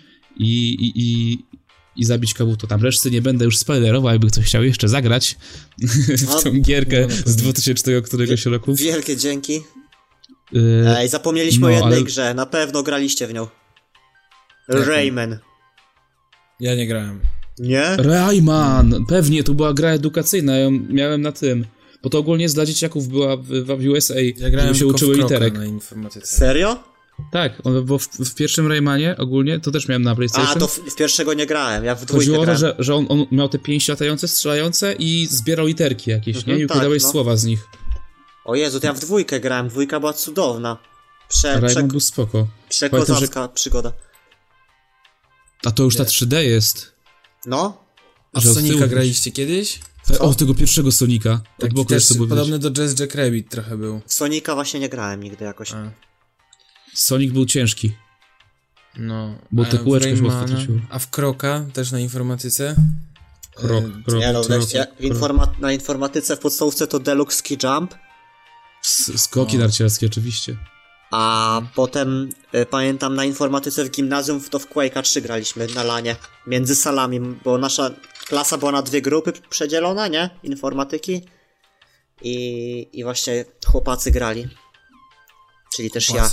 i zabić Kabuto. Tam reszty nie będę już spoilerował, jakby ktoś chciał jeszcze zagrać w tą gierkę z 2004 któregoś roku. Wielkie dzięki. Ej, zapomnieliśmy o jednej grze, na pewno graliście w nią. Rayman. Ja nie grałem. Nie? Rayman! Pewnie, to była gra edukacyjna, ja ją miałem na tym. Bo to ogólnie jest dla dzieciaków, była w USA, Ja grałem żeby się uczyły literek. na informatyce. Serio? Tak, bo w pierwszym Raymanie ogólnie, to też miałem na PlayStation. A, to w pierwszego nie grałem, ja w dwójkę Chodziło o to, grałem. że on miał te pięści latające, strzelające i zbierał literki jakieś, nie? I tak, układałeś no. słowa z nich. O Jezu, to ja w dwójkę grałem, dwójka była cudowna. Rayman był spoko. Przekozacka przygoda. A to już ta 3D jest. No? A w Że od Sonika tyłu- graliście kiedyś? O, tego pierwszego Sonika. Tak, bo też to było podobny widać. do Jazz Jack Rabbit trochę był. W Sonika właśnie nie grałem nigdy jakoś. Sonic był ciężki. No. Bo te a w kółeczko się Raymana- mocno traciło. A w Kroka też na informatyce? Krok. Nie no, na informatyce w podstawówce to Deluxe Ski Jump, Skoki narciarskie oczywiście. a potem pamiętam na informatyce w gimnazjum to w Quake'a 3 graliśmy na lanie, między salami, bo nasza klasa była na dwie grupy przedzielona, nie? Informatyki i właśnie chłopacy grali. Czyli też ja.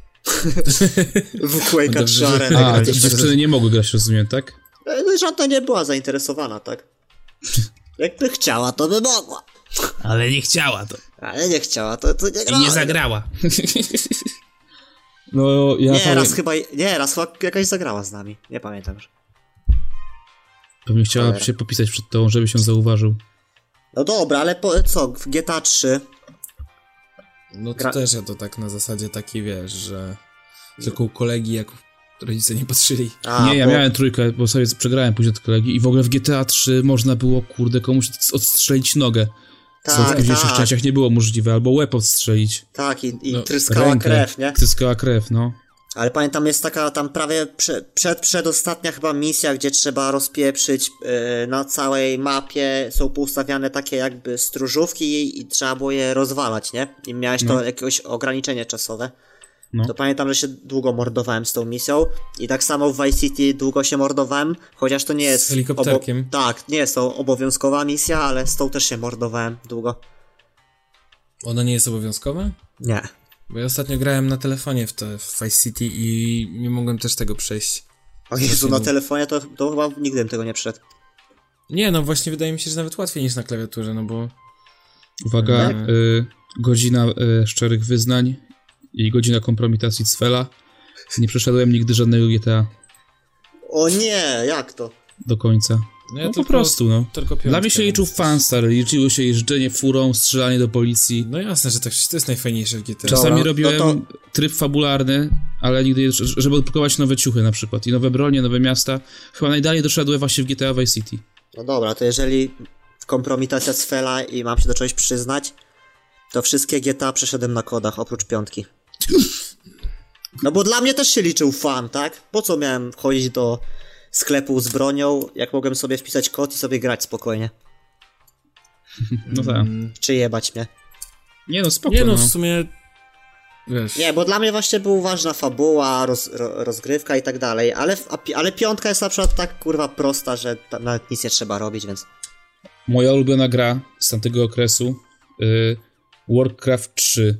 W Quake'a 3 arenę A, to graliśmy. dziewczyny nie mogły grać, rozumiem, tak? No, żadna nie była zainteresowana, tak? Jakby chciała, to by mogła. Ale nie chciała to. Ale nie chciała, to nie grała. zagrała. No, ja raz chyba jakaś zagrała z nami. Nie pamiętam już. Pewnie chciała Cholera. się popisać przed tobą, żeby się zauważył. No dobra, ale co, w GTA 3 No to też ja to tak na zasadzie takiej, wiesz, że tylko u kolegi, jak rodzice nie patrzyli. Nie, ja miałem trójkę, bo sobie przegrałem później od kolegi i w ogóle w GTA 3 można było, kurde, komuś odstrzelić nogę. Co w późniejszych częściach nie było możliwe, albo łeb odstrzelić. Tak, i No, tryskała rękę. krew, nie? Tryskała krew, no. Ale pamiętam, jest taka tam prawie przedostatnia chyba misja, gdzie trzeba rozpieprzyć na całej mapie, są poustawiane takie jakby stróżówki i trzeba było je rozwalać, nie? I miałeś to jakieś ograniczenie czasowe. No. To pamiętam, że się długo mordowałem z tą misją i tak samo w Vice City długo się mordowałem, chociaż to nie jest... Z helikopterkiem. Tak, nie jest to obowiązkowa misja, ale z tą też się mordowałem długo. Ona nie jest obowiązkowa? Nie. Bo ja ostatnio grałem na telefonie w Vice City i nie mogłem też tego przejść. O Jezu, na telefonie to chyba nigdy bym tego nie przeszedł. Nie, no właśnie wydaje mi się, że nawet łatwiej niż na klawiaturze, no bo... Uwaga, godzina szczerych wyznań i godzina kompromitacji Cfela. Nie przeszedłem nigdy żadnego GTA O nie, jak to? do końca. ja No po prostu, no. Tylko Dla mnie się liczył fanstar, liczyło się jeżdżenie furą, strzelanie do policji. No jasne, że to jest najfajniejsze w GTA. Czasami Dobra, robiłem no tryb fabularny, ale nigdy, żeby odblokować nowe ciuchy na przykład i nowe bronie, nowe miasta. Chyba najdalej doszedłem właśnie w GTA Vice City. No dobra, to jeżeli kompromitacja Cfela i mam się do czegoś przyznać, to wszystkie GTA przeszedłem na kodach, oprócz 5. No bo dla mnie też się liczył fan, tak? Po co miałem chodzić do sklepu z bronią, jak mogłem sobie wpisać kod i sobie grać spokojnie? No tak. Czy jebać mnie? Nie no, spoko, Nie no, no. w sumie... Wiesz... Nie, bo dla mnie właśnie była ważna fabuła, rozgrywka i tak dalej, ale 5 jest na przykład tak kurwa prosta, że nawet nic nie trzeba robić, więc... Moja ulubiona gra z tamtego okresu, Warcraft 3.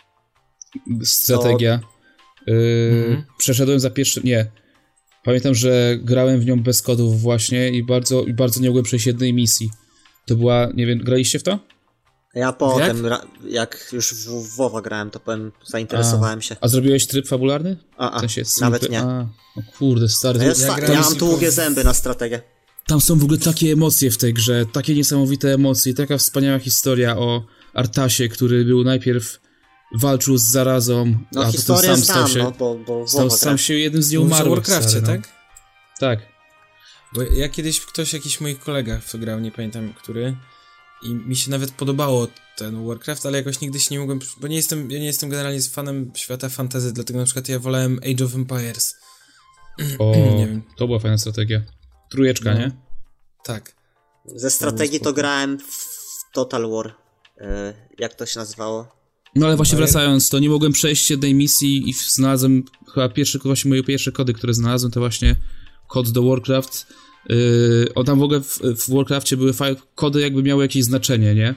Strategia. Przeszedłem za pierwszym... Nie. Pamiętam, że grałem w nią bez kodów właśnie i bardzo nie mogłem przejść jednej misji. To była, nie wiem, graliście w to? Ja potem, jak już w WoWa grałem, to powiem, zainteresowałem się. A zrobiłeś tryb fabularny? W sensie nawet nie. O kurde, stary. Ja mam długie zęby na strategię. Tam są w ogóle takie emocje w tej grze, takie niesamowite emocje, taka wspaniała historia o Artasie, który był najpierw walczył z zarazą, no, a historię potem znam, stał się jednym z nieumarłych. W Warcrafcie, no. tak? Tak. Bo ja kiedyś jakiś moich kolegach w to grał, nie pamiętam który, i mi się nawet podobało ten Warcraft, ale jakoś nigdy się nie mogłem, bo ja nie jestem generalnie fanem świata fantasy, dlatego na przykład ja wolałem Age of Empires. Nie wiem. To była fajna strategia. Trójeczka, nie? Tak. Ze strategii to grałem w Total War. Jak to się nazywało? No ale właśnie wracając, to nie mogłem przejść jednej misji i znalazłem chyba moje pierwsze kody, które znalazłem, to właśnie kod do Warcraft. Tam w ogóle w Warcrafcie były kody jakby miały jakieś znaczenie, nie?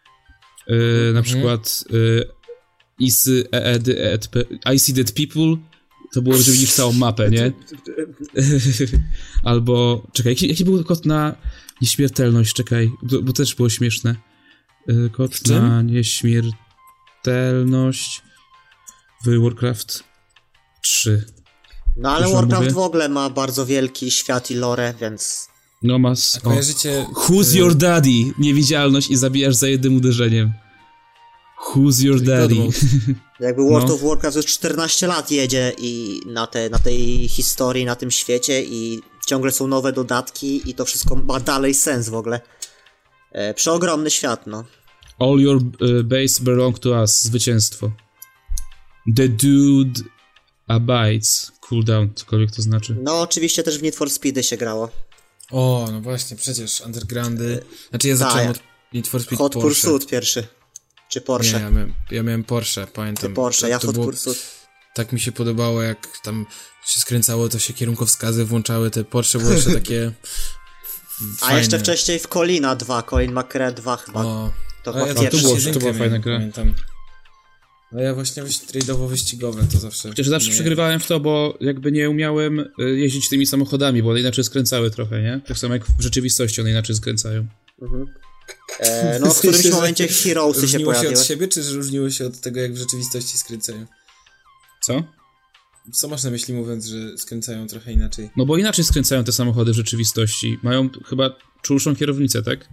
Na przykład I see dead people, to było, że widzisz całą mapę, nie? Albo, czekaj, jaki był kod na nieśmiertelność, czekaj, bo też było śmieszne. Kod na nieśmiertelność w Warcraft 3. No ale Warcraft w ogóle ma bardzo wielki świat i lore, więc... No kojarzycie... Who's your daddy? Niewidzialność i zabijasz za jednym uderzeniem. Who's your daddy? Jakby World of Warcraft już 14 lat jedzie i na tej historii, na tym świecie i ciągle są nowe dodatki i to wszystko ma dalej sens w ogóle. Przeogromny świat, no. All your base belong to us. Zwycięstwo. The dude abides. Cooldown, cokolwiek to znaczy. No oczywiście też w Need for Speedy się grało. O, no właśnie, przecież Undergroundy. Znaczy ja zacząłem od Need for Speed Hot Porsche. Pursuit pierwszy. Czy Porsche? Nie, ja miałem Porsche, pamiętam. Ty Porsche, ja Hot było, Pursuit. Tak mi się podobało, jak tam się skręcało, to się kierunkowskazy włączały, te Porsche były jeszcze takie fajne. A jeszcze wcześniej w Colina 2, Colin McRae 2 chyba. O, to chyba ja pierwszy. To była fajna gra. Pamiętam. No ja właśnie trade'owo-wyścigowe to zawsze... Chociaż zawsze przegrywałem w to, bo jakby nie umiałem jeździć tymi samochodami, bo one inaczej skręcały trochę, nie? Tak samo jak w rzeczywistości one inaczej skręcają. No w którymś momencie Heroesy się pojawiły. Różniło się od siebie, czy różniło się od tego, jak w rzeczywistości skręcają? Co? Co masz na myśli, mówiąc, że skręcają trochę inaczej? No bo inaczej skręcają te samochody w rzeczywistości. Mają chyba czulszą kierownicę, tak?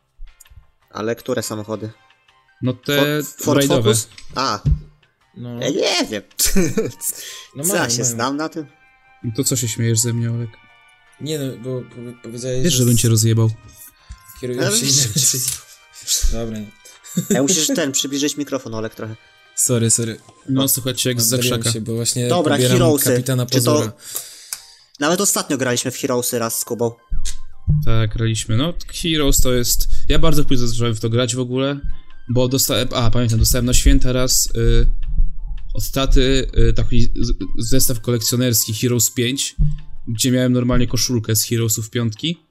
Ale które samochody? No te Ford rajdowe. Focus? No. Ja nie wiem. No Co ja się znam na tym? No to co się śmiejesz ze mnie, Olek? Nie no, bo powiedziałeś, Wiesz, że bym cię rozjebał. Kierują się inaczej. Dobra, nie. Musisz przybliżyć mikrofon, Olek, trochę. Sorry. No słuchajcie, jak z zakrzaka. Się, bo właśnie dobra, Heroesy. Kapitana Pozora. Nawet ostatnio graliśmy w Heroesy raz z Kubą. Tak, graliśmy. No, Heroes to jest... Ja bardzo późno zacząłem w to grać w ogóle, bo dostałem na święta raz od taty taki zestaw kolekcjonerski Heroes 5, gdzie miałem normalnie koszulkę z Heroesów 5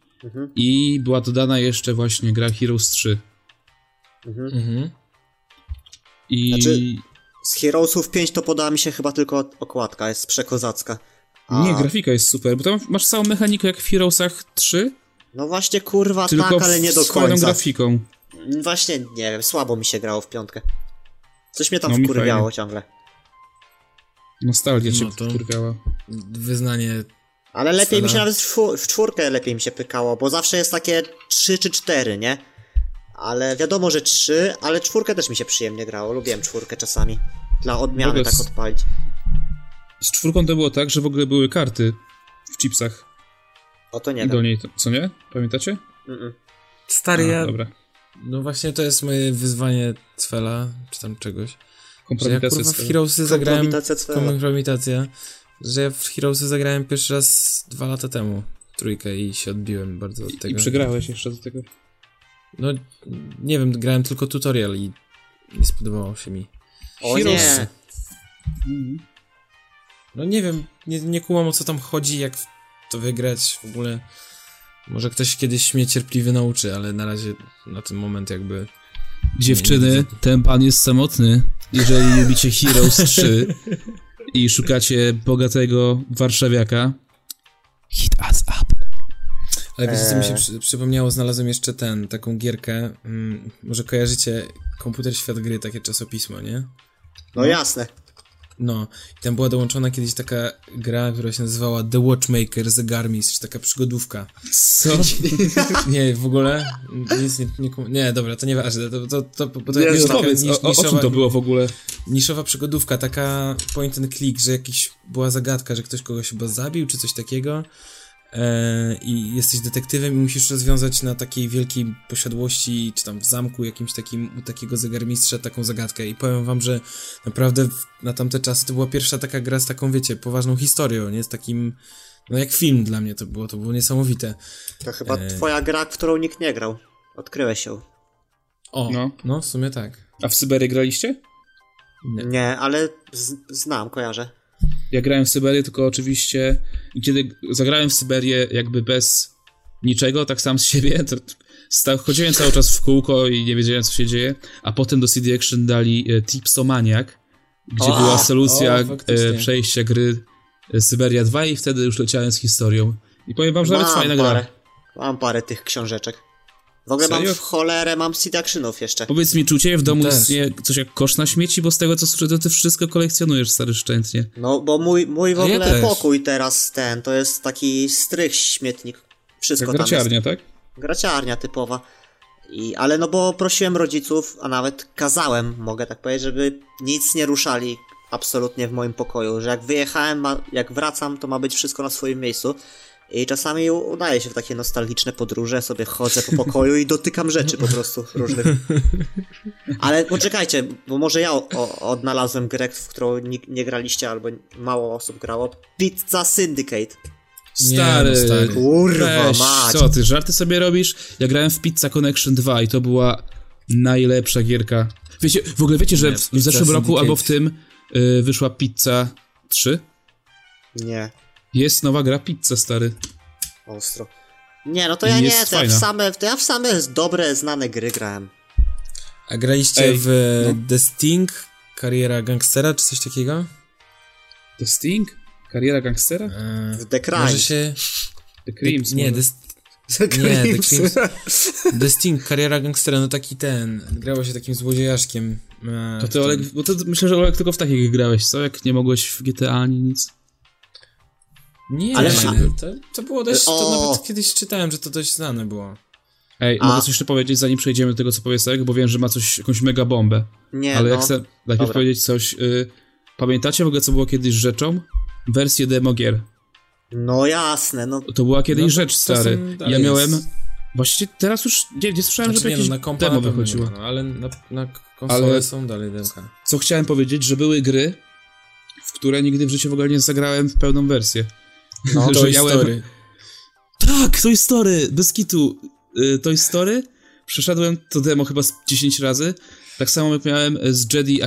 i była dodana jeszcze właśnie gra Heroes 3. I... Z Heroesów 5 to podoba mi się chyba tylko okładka, jest przekozacka. Nie, grafika jest super, bo tam masz całą mechanikę jak w Heroesach 3, No właśnie, kurwa, tylko tak, ale nie do z fajną końca. grafiką. Właśnie, nie wiem, słabo mi się grało w 5. Coś mnie tam No, mi wkurwiało fajnie. ciągle. Nostalgia cię No to- wkurwiała. Wyznanie... Ale lepiej mi się Scena. nawet w 4 lepiej mi się pykało, bo zawsze jest takie 3 czy 4, nie? Ale wiadomo, że 3, ale 4 też mi się przyjemnie grało, lubiłem 4 czasami. Dla odmiany ogóle tak odpalić. Z 4 to było tak, że w ogóle były karty w chipsach O to nie do wiem. niej, co nie? Pamiętacie? Mm-mm. Stary, ja... Dobra. No właśnie to jest moje wyzwanie Cfela, czy tam czegoś. Że ja Kompromitacja kurwa w z Heroesy zagrałem... Kompromitacja Cfela. Kompromitacja. Że ja w Heroesy zagrałem pierwszy raz 2 lata temu. 3 i się odbiłem bardzo od tego. I przegrałeś jeszcze do tego. No, nie wiem, grałem tylko tutorial i nie spodobało się mi. O Heroes. nie. No nie wiem, nie kumam o co tam chodzi, jak w to wygrać w ogóle. Może ktoś kiedyś mnie cierpliwie nauczy, ale na razie na ten moment jakby... Dziewczyny, ten pan jest samotny. Jeżeli lubicie Heroes 3 i szukacie bogatego warszawiaka, hit us up. Ale wiecie co mi się przypomniało, znalazłem jeszcze taką gierkę, może kojarzycie Komputer Świat Gry, takie czasopismo, nie? No jasne. No, i tam była dołączona kiedyś taka gra, która się nazywała The Watchmaker, Zegarmistrz, taka przygodówka. Co? Nie, w ogóle nic nie, dobra, to nieważne, to Nie, jest no, taka Powiedz, o czym to było w ogóle? niszowa przygodówka, taka point and click, że była zagadka, że ktoś kogoś chyba zabił, czy coś takiego. I jesteś detektywem i musisz rozwiązać na takiej wielkiej posiadłości, czy tam w zamku jakimś takim, u takiego zegarmistrza taką zagadkę i powiem wam, że naprawdę na tamte czasy to była pierwsza taka gra z taką, wiecie, poważną historią, nie? Z takim, no jak film dla mnie to było niesamowite. To chyba twoja gra, w którą nikt nie grał. Odkryłeś ją. O, no w sumie tak. A w Syberię graliście? Nie, ale znam, kojarzę. Ja grałem w Syberię, tylko oczywiście kiedy zagrałem w Syberię jakby bez niczego, tak sam z siebie, to chodziłem cały czas w kółko i nie wiedziałem co się dzieje, a potem do CD Action dali Tipsomaniac, gdzie była solucja przejścia gry Syberia 2 i wtedy już leciałem z historią. I powiem wam, że nawet fajna gra. Mam parę tych książeczek. W ogóle Serio? mam w cholerę, mam CD Actionów jeszcze. Powiedz mi, czy u ciebie w domu Też. istnieje coś jak kosz na śmieci, bo z tego co słyszę, to ty wszystko kolekcjonujesz, stary, szczętnie. No, bo mój w A ja ogóle też. pokój teraz to jest taki strych śmietnik. Wszystko Jak tam graciarnia, jest. tak? Graciarnia typowa. Ale no bo prosiłem rodziców, a nawet kazałem, mogę tak powiedzieć, żeby nic nie ruszali absolutnie w moim pokoju, że jak wyjechałem, jak wracam, to ma być wszystko na swoim miejscu. I czasami udaje się w takie nostalgiczne podróże, sobie chodzę po pokoju i dotykam rzeczy po prostu różnych. Ale poczekajcie, bo może ja odnalazłem grę, w którą nie graliście albo mało osób grało. Pizza Syndicate. Stary, Nie, no stary. Kurwa weź, mać. co ty, żarty sobie robisz? Ja grałem w Pizza Connection 2 i to była najlepsza gierka. Wiecie, w ogóle wiecie, że Nie, w Pizza zeszłym roku Syndicate. albo w tym wyszła Pizza 3? Nie, Jest nowa gra Pizza, stary. ostro. Nie, no to ja Jest nie, fajna. to ja w same dobre, znane gry grałem. A graliście Ej, w The Sting, Kariera Gangstera, czy coś takiego? The Sting? Kariera gangstera? W The Crime. Może się... The Crimes? Nie, może. The Crimes. The Sting, Kariera Gangstera, no taki grało się takim złodziejaszkiem. To ty, Olek, bo to myślę, że Olek tylko w takich grałeś, co? Jak nie mogłeś w GTA ani nic? Nie, Ale- to było dość, to O! nawet kiedyś czytałem, że to dość znane było. Ej, mogę coś jeszcze powiedzieć, zanim przejdziemy do tego, co powie Sarek, bo wiem, że ma jakąś mega bombę. Nie, Ale no. jak chcę najpierw Dobra. powiedzieć coś... pamiętacie w ogóle, co było kiedyś rzeczą? Wersję demo gier. No jasne, no. To była kiedyś No, rzecz, to stary. są dalej Ja miałem... jest. Właściwie teraz już nie słyszałem, Znaczy, żeby jakieś na kompa demo na pewno wychodziło. nie ma, no, ale na konsole Ale- są dalej demka. Co chciałem powiedzieć, że były gry, w które nigdy w życiu w ogóle nie zagrałem w pełną wersję. No, Że Toy miałem- Story. Tak, Toy Story! Bez kitu. Toy Story? Przeszedłem to demo chyba z 10 razy. Tak samo jak miałem z Jedi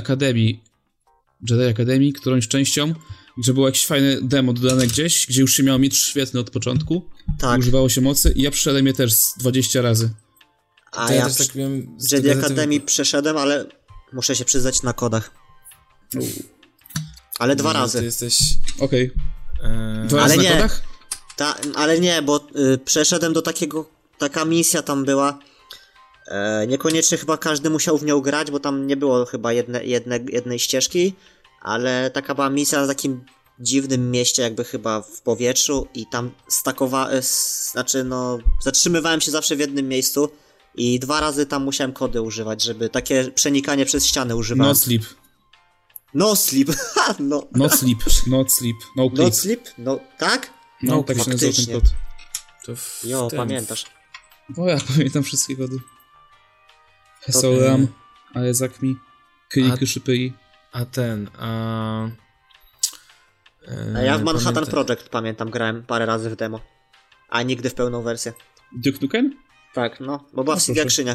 Academy, którąś częścią, że było jakieś fajne demo dodane gdzieś, gdzie już się miało miecz świetny od początku. tak. Używało się mocy i ja przeszedłem je też z 20 razy. A To ja też tak miałem z Jedi tego Academy przeszedłem, ale muszę się przyznać na kodach. Ale 2 Ty razy. jesteś... Okej. Okay. Ale na nie. kodach? Ale nie, bo przeszedłem do taka misja tam była. Niekoniecznie chyba każdy musiał w nią grać, bo tam nie było chyba jednej ścieżki, ale taka była misja na takim dziwnym mieście, jakby chyba w powietrzu i tam zatrzymywałem się zawsze w jednym miejscu i 2 razy tam musiałem kody używać, żeby takie przenikanie przez ścianę używałem. No sleep. No sleep, no. Not sleep. Not sleep. No click. No sleep? No, tak? No, tak się nazywał ten faktycznie. kod. To Pamiętasz. No ja pamiętam wszystkie kody. Hesolam, Isaac mi, Kylik Szypyi. A ja w Manhattan Project pamiętam, grałem parę razy w demo. A nigdy w pełną wersję. Duke Nukem? Tak, no, bo była w CD proszę. Actionie.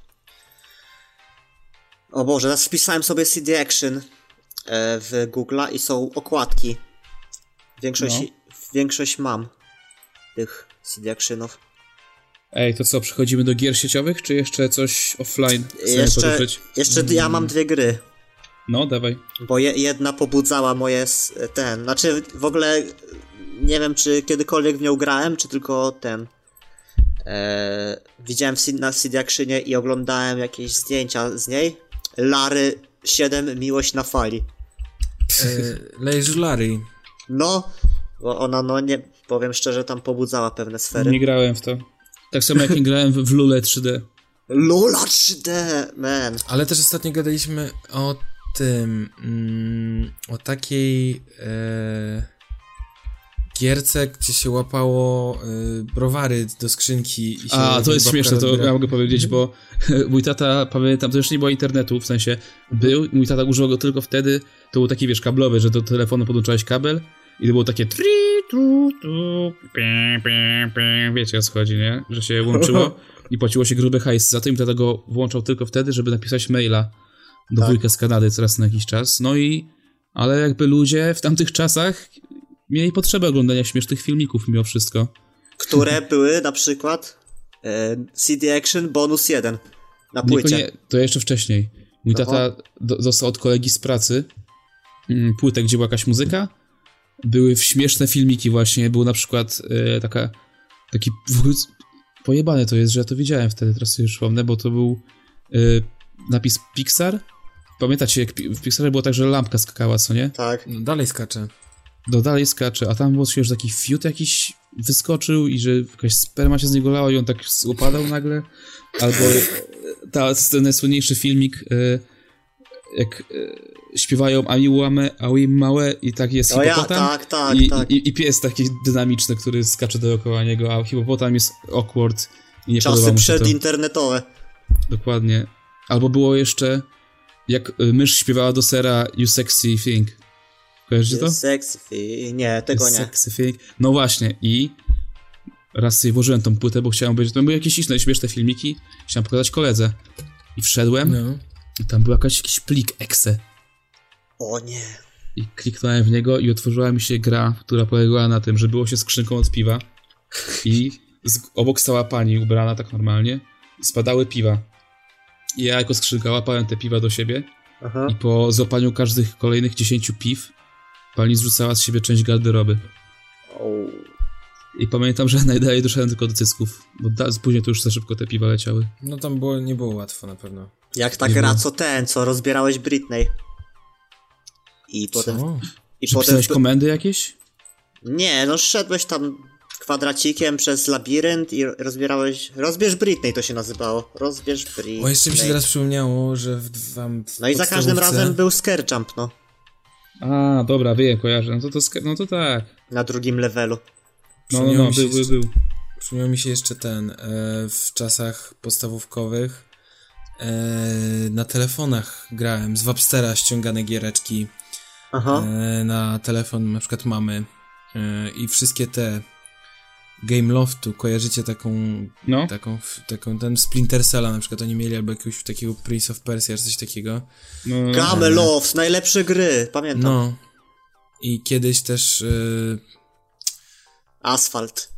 O Boże, teraz wpisałem sobie CD Action w Google'a i są okładki. Większość mam tych CD Actionów. Ej, to co, przechodzimy do gier sieciowych, czy jeszcze coś offline chcemy Jeszcze ja mam 2 gry. No, dawaj. Bo jedna pobudzała moje w ogóle nie wiem, czy kiedykolwiek w nią grałem, czy tylko widziałem na CD Actionie i oglądałem jakieś zdjęcia z niej. Larry 7 Miłość na fali. Leisure Larry. No, bo ona, nie powiem szczerze, tam pobudzała pewne sfery. Nie grałem w to. Tak samo jak nie grałem w Lule 3D. Lula 3D, man. Ale też ostatnio gadaliśmy o tym, o takiej gierce, gdzie się łapało browary do skrzynki i się... To jest śmieszne, to ja mogę powiedzieć, bo mój tata, pamiętam, to jeszcze nie było internetu, w sensie mój tata używał go tylko wtedy, to był taki, wiesz, kablowy, że do telefonu podłączałeś kabel i to było takie wiecie o co chodzi, nie? Że się łączyło i płaciło się gruby hajs. Za to im tata go włączał tylko wtedy, żeby napisać maila do wujka z Kanady teraz na jakiś czas. No i, ale jakby ludzie w tamtych czasach mieli potrzebę oglądania śmiesznych filmików mimo wszystko. Które były na przykład CD Action Bonus 1 na płycie. Nie, to jeszcze wcześniej. Mój tata dostał od kolegi z pracy płytę, gdzie była jakaś muzyka. Były śmieszne filmiki właśnie. Był na przykład taki w ogóle pojebane to jest, że ja to widziałem wtedy, teraz sobie przypomnę, bo to był napis Pixar. Pamiętacie, jak w Pixarze było tak, że lampka skakała, co nie? Tak. No, dalej skacze. Dalej skacze, a tam było coś, że taki fiut jakiś wyskoczył i że jakaś sperma się z niego lała i on tak upadał nagle. Albo ten najsłynniejszy filmik, jak śpiewają Aui małe i tak jest hipopotam. Tak. I pies taki dynamiczny, który skacze dookoła niego, a hipopotam jest awkward i nie podoba mu się to. Czasy przedinternetowe. Dokładnie. Albo było jeszcze, jak mysz śpiewała do sera You Sexy Thing. Kojarzycie to? Sexy thing. Nie, tego nie. Sexy thing. No właśnie i raz sobie włożyłem tą płytę, bo chciałem obejrzeć, to były jakieś śmieszne filmiki, chciałem pokazać koledze. I wszedłem i tam był jakiś plik exe. O nie. I kliknąłem w niego i otworzyła mi się gra, która polegała na tym, że było się skrzynką od piwa i obok stała pani ubrana tak normalnie i spadały piwa. I ja jako skrzynka łapałem te piwa do siebie i po złapaniu każdych kolejnych 10 piw pani zrzucała z siebie część garderoby. I pamiętam, że najdalej doszedłem tylko do cysków, bo później to już za szybko te piwa leciały. No tam nie było łatwo na pewno. Jak ta gra, co rozbierałeś Britney. I potem... Że pisałeś komendy jakieś? Nie, no szedłeś tam kwadracikiem przez labirynt i rozbierz Britney to się nazywało. Rozbierz Britney. O, jeszcze mi się teraz przypomniało, że no i za każdym razem był scare jump, no. A, dobra, wiem, kojarzę. No to tak. Na drugim levelu. Był. Przypomniał mi się jeszcze w czasach podstawówkowych na telefonach grałem, z Wapstera ściągane giereczki na telefon na przykład mamy i wszystkie te Game Loftu, kojarzycie taką ten Splinter Cella na przykład oni mieli, albo jakiegoś takiego Prince of Persia, czy coś takiego. Game Loft, najlepsze gry, pamiętam. No. I kiedyś też Asfalt.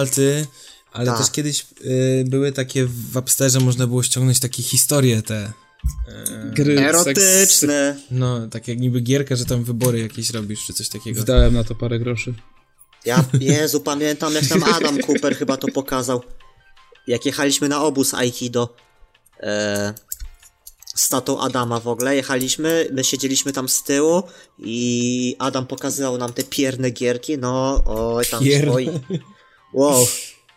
Asfalty, ale też kiedyś były takie w Wapsterze, można było ściągnąć takie historie te Gry Erotyczne. No, tak jak niby gierka, że tam wybory jakieś robisz, czy coś takiego. Wdałem na to parę groszy. Jezu, pamiętam jak tam Adam Cooper chyba to pokazał. Jak jechaliśmy na obóz Aikido. Z tatą Adama w ogóle jechaliśmy, my siedzieliśmy tam z tyłu i Adam pokazywał nam te pierne gierki, no oj tam oj. Wow.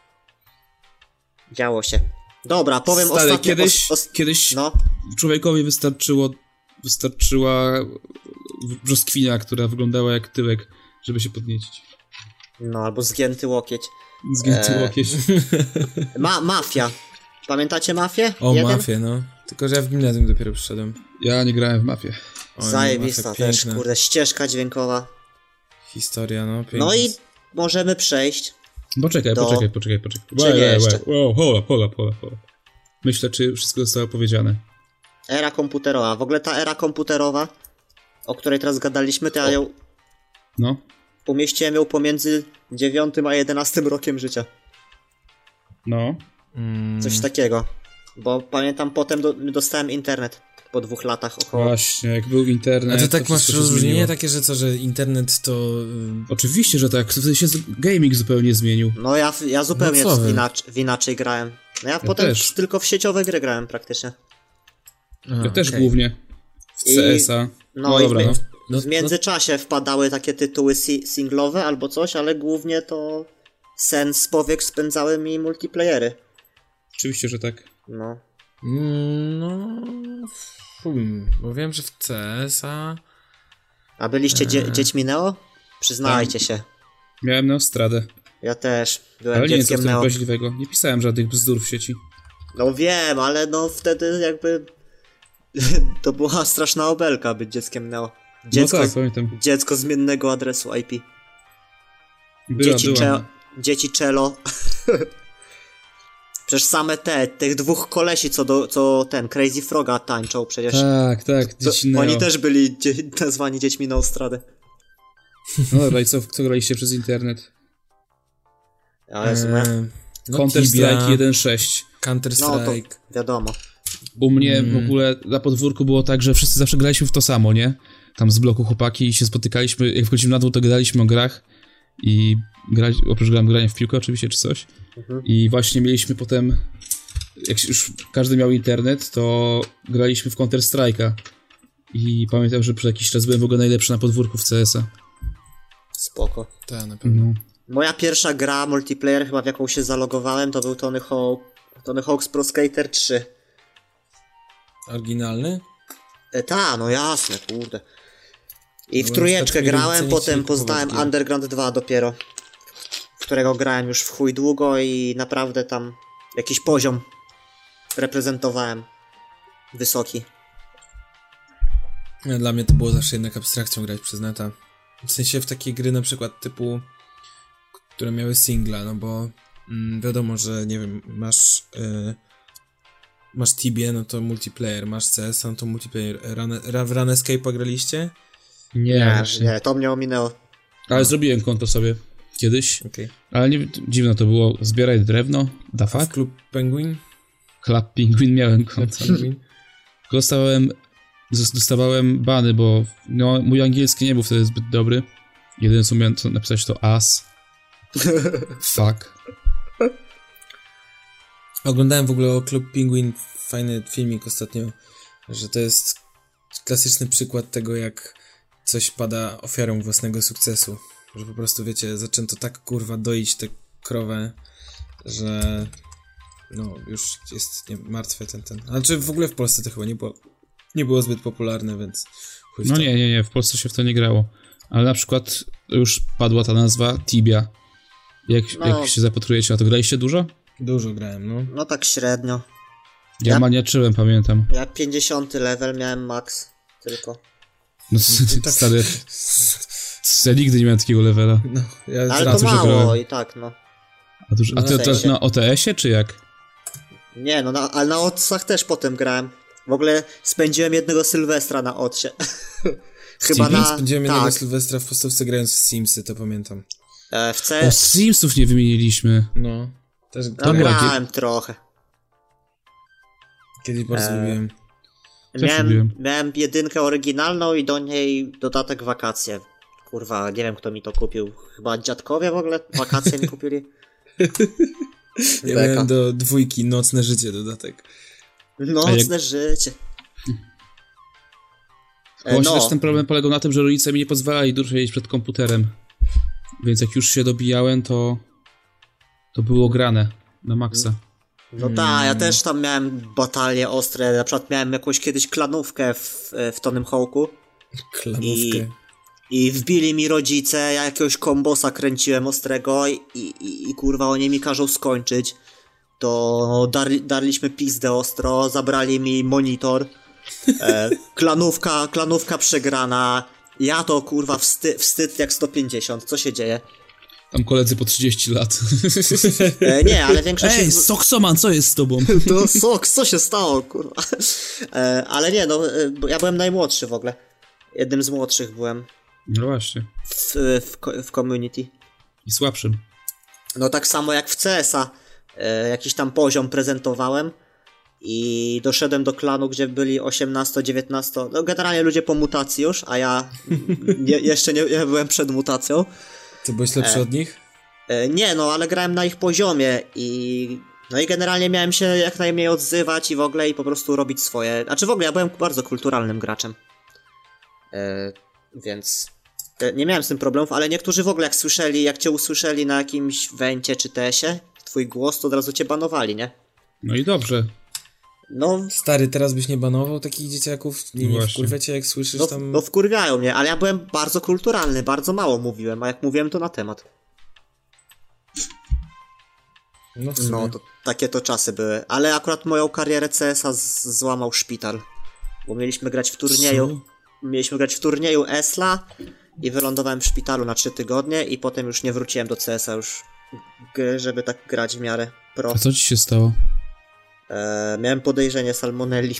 Działo się. Dobra, powiem Stary, ostatnio... Kiedyś no. człowiekowi wystarczyła brzoskwinia, która wyglądała jak tyłek, żeby się podniecić. No, albo zgięty łokieć. Zgięty łokieć. Mafia. Pamiętacie Mafię? O, Mafię, no. Tylko, że ja w gimnazjum dopiero przyszedłem. Ja nie grałem w Mafię. Zajebista też, kurde, ścieżka dźwiękowa. Historia, no, piękna. No i możemy przejść. Poczekaj. Czy nie jeszcze? Wow, hold up. Myślę, czy wszystko zostało powiedziane. Era komputerowa. W ogóle ta era komputerowa, o której teraz gadaliśmy, to ja ją... No. Umieściłem ją pomiędzy 9 a 11 rokiem życia. No. Coś takiego. Bo pamiętam, potem dostałem internet po 2 latach około. Właśnie, jak był internet... A to tak masz rozróżnienie zmieniło. takie, że co, że internet to... Oczywiście, że tak. Wtedy się gaming zupełnie zmienił. No ja zupełnie No co wy? inaczej grałem. No ja potem też. tylko w sieciowe gry grałem praktycznie. Ja też głównie. W CS-a. No dobra, w międzyczasie wpadały takie tytuły singlowe albo coś, ale głównie to sen z powiek spędzały mi multiplayery. Oczywiście, że tak. No. Bo wiem, że w CS-a... A byliście dziećmi Neo? Przyznajcie się. Miałem Neostradę. Ja też. Byłem Ale nie wiem, co dzieckiem w tym Neo. ważliwego. Nie pisałem żadnych bzdur w sieci. No wiem, ale no wtedy jakby... to była straszna obelga być dzieckiem Neo. No tak, pamiętam. Dziecko zmiennego adresu IP. Była. Dzieci cello. Przecież same tych 2 kolesi, co ten Crazy Froga tańczą przecież. Tak, dzieci Neo. Oni też byli nazwani dziećmi Neostrady. No dobra, i co graliście przez internet? Counter-Strike 1.6. Counter-Strike. No to wiadomo. U mnie w ogóle na podwórku było tak, że wszyscy zawsze graliśmy w to samo, nie? Tam z bloku chłopaki i się spotykaliśmy, jak wchodzimy na dół, to gadaliśmy o grach i oprócz grania w piłkę oczywiście czy coś. I właśnie mieliśmy potem, jak już każdy miał internet, to graliśmy w Counter-Strike'a. I pamiętam, że przez jakiś czas byłem w ogóle najlepszy na podwórku w CS-a. Spoko. Tak, na pewno. Moja pierwsza gra multiplayer, chyba w jaką się zalogowałem, to był Tony Hawk's Pro Skater 3. Oryginalny? No jasne, kurde. I w Byłem trójeczkę ostatnio grałem, nic potem nie poznałem kupować gier. Underground 2 dopiero, w którego grałem już w chuj długo i naprawdę tam jakiś poziom reprezentowałem wysoki. Dla mnie to było zawsze jednak abstrakcją grać przez neta. W sensie w takie gry na przykład typu, które miały singla, no bo wiadomo, że nie wiem, masz Tibie, no to multiplayer, masz CS, no to multiplayer. W Run Escape'a graliście? Nie, to mnie ominęło. ale zrobiłem konto sobie kiedyś. Okej. Ale nie, dziwno to było. Zbieraj drewno, da A w fuck. Club Penguin? Club Penguin miałem konto. Penguin? Dostawałem bany, bo no, mój angielski nie był wtedy zbyt dobry. Jedyne co miałem napisać to as. Fuck. Oglądałem w ogóle o Club Penguin fajny filmik ostatnio, że to jest klasyczny przykład tego, jak coś pada ofiarą własnego sukcesu. Że po prostu, wiecie, zaczęto tak kurwa doić tę krowę, że no już jest martwe ten. Znaczy w ogóle w Polsce to chyba nie było zbyt popularne, więc chuj w No to. nie, w Polsce się w to nie grało. Ale na przykład już padła ta nazwa Tibia. Jak się zapatrujecie na to, graliście dużo? Dużo grałem, no. No tak średnio. Ja maniaczyłem, pamiętam. Ja 50 level miałem max tylko. No tak. stary. Ja nigdy nie miałem takiego levela. No, ja Ale na to co, że mało grałem? i tak, no. A ty to na OTS-ie, czy jak? Nie, no, ale na Otsach też potem grałem. W ogóle spędziłem jednego Sylwestra na Otsie. Chyba Steven? na... Spędziłem jednego tak, Sylwestra w podstawce grając w Simsy, to pamiętam. w O, Simsów nie wymieniliśmy. No. Też No grałem trochę. kiedyś bardzo lubiłem. Miałem jedynkę oryginalną i do niej dodatek wakacje. Kurwa, nie wiem kto mi to kupił. Chyba dziadkowie w ogóle wakacje mi kupili. Ja miałem do 2 Nocne życie dodatek. Nocne życie. Właśnie też ten problem polegał na tym, że rodzice mi nie pozwalali dużo siedzieć przed komputerem. Więc jak już się dobijałem, to było grane na maksa. No tak, ja też tam miałem batalie ostre. Na przykład miałem jakąś kiedyś klanówkę w Tonym Hawku. Klanówkę. I wbili mi rodzice, ja jakiegoś kombosa kręciłem ostrego i kurwa oni mi każą skończyć. To darliśmy pizdę ostro, zabrali mi monitor. Klanówka przegrana. Ja to kurwa wstyd jak 150. Co się dzieje? Tam koledzy po 30 lat. Nie, ale większość... Ej, Soksoman, co jest z tobą? To Soks, co się stało, kurwa? Ale nie, no, ja byłem najmłodszy w ogóle. Jednym z młodszych byłem. No właśnie. W community. I słabszym. No tak samo jak w CS-a. Jakiś tam poziom prezentowałem i doszedłem do klanu, gdzie byli 18-19, no generalnie ludzie po mutacji już, a ja jeszcze nie byłem przed mutacją. Ty byłeś lepszy od nich? Nie, no ale grałem na ich poziomie i generalnie miałem się jak najmniej odzywać i w ogóle i po prostu robić swoje. Znaczy w ogóle ja byłem bardzo kulturalnym graczem. Więc nie miałem z tym problemów, ale niektórzy w ogóle jak cię usłyszeli na jakimś wencie czy TS-ie, twój głos, to od razu cię banowali, nie? No i dobrze. No, stary, teraz byś nie banował takich dzieciaków? Nie wkurwiacie, jak słyszysz tam... No wkurwiają mnie, ale ja byłem bardzo kulturalny, bardzo mało mówiłem, a jak mówiłem to na temat. No to takie to czasy były, ale akurat moją karierę CS-a złamał szpital, bo mieliśmy grać w turnieju ESLA i wylądowałem w szpitalu na 3 tygodnie i potem już nie wróciłem do CS-a już, żeby tak grać w miarę pro. A co ci się stało? Miałem podejrzenie salmonelli.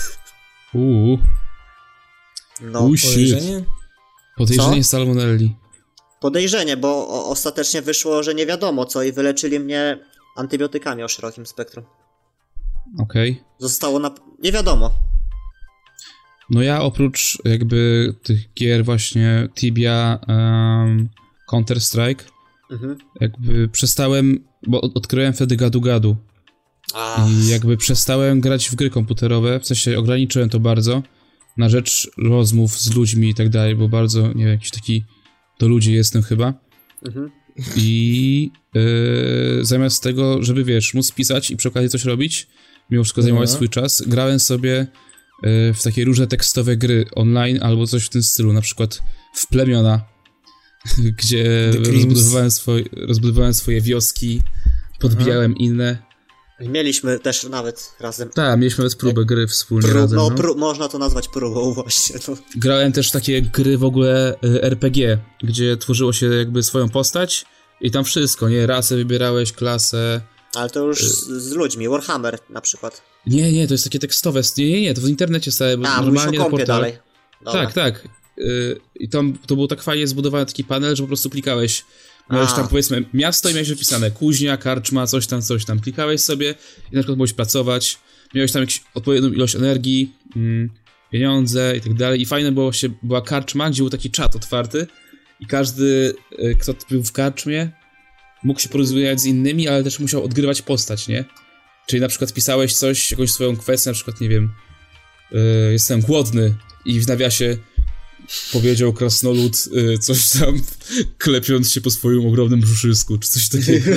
No. Podejrzenie salmonelli. Podejrzenie, bo ostatecznie wyszło, że nie wiadomo co i wyleczyli mnie antybiotykami o szerokim spektrum. Okej. Zostało nie wiadomo. No ja oprócz jakby tych gier właśnie Tibia, Counter-Strike, jakby przestałem, bo odkryłem wtedy gadu-gadu. I jakby przestałem grać w gry komputerowe, w sensie ograniczyłem to bardzo na rzecz rozmów z ludźmi i tak dalej, bo bardzo, nie wiem, jakiś taki do ludzi jestem chyba. I zamiast tego, żeby wiesz, móc pisać i przy okazji coś robić, mimo wszystko zajmować swój czas, grałem sobie w takie różne tekstowe gry online albo coś w tym stylu, na przykład w Plemiona, gdzie rozbudowałem swoje wioski, podbijałem inne. Mieliśmy też nawet razem. Tak, mieliśmy nawet próbę gry wspólnie razem. Można to nazwać próbą właśnie. No. Grałem też takie gry w ogóle RPG, gdzie tworzyło się jakby swoją postać i tam wszystko, nie? Rasę wybierałeś, klasę. Ale to już z ludźmi, Warhammer na przykład. Nie, to jest takie tekstowe. Nie, to w internecie stałe, normalnie na portalu. Dalej. Tak. I tam to był tak fajnie zbudowany taki panel, że po prostu klikałeś. Miałeś tam powiedzmy miasto i miałeś wypisane kuźnia, karczma, coś tam. Klikałeś sobie i na przykład mogłeś pracować. Miałeś tam jakąś odpowiednią ilość energii, pieniądze i tak dalej. I fajne była karczma, gdzie był taki czat otwarty i każdy, kto był w karczmie, mógł się porozmawiać z innymi, ale też musiał odgrywać postać, nie? Czyli na przykład pisałeś coś, jakąś swoją kwestię, na przykład, nie wiem, jestem głodny i w nawiasie powiedział krasnolud coś tam, klepiąc się po swoim ogromnym brzuszysku, czy coś takiego.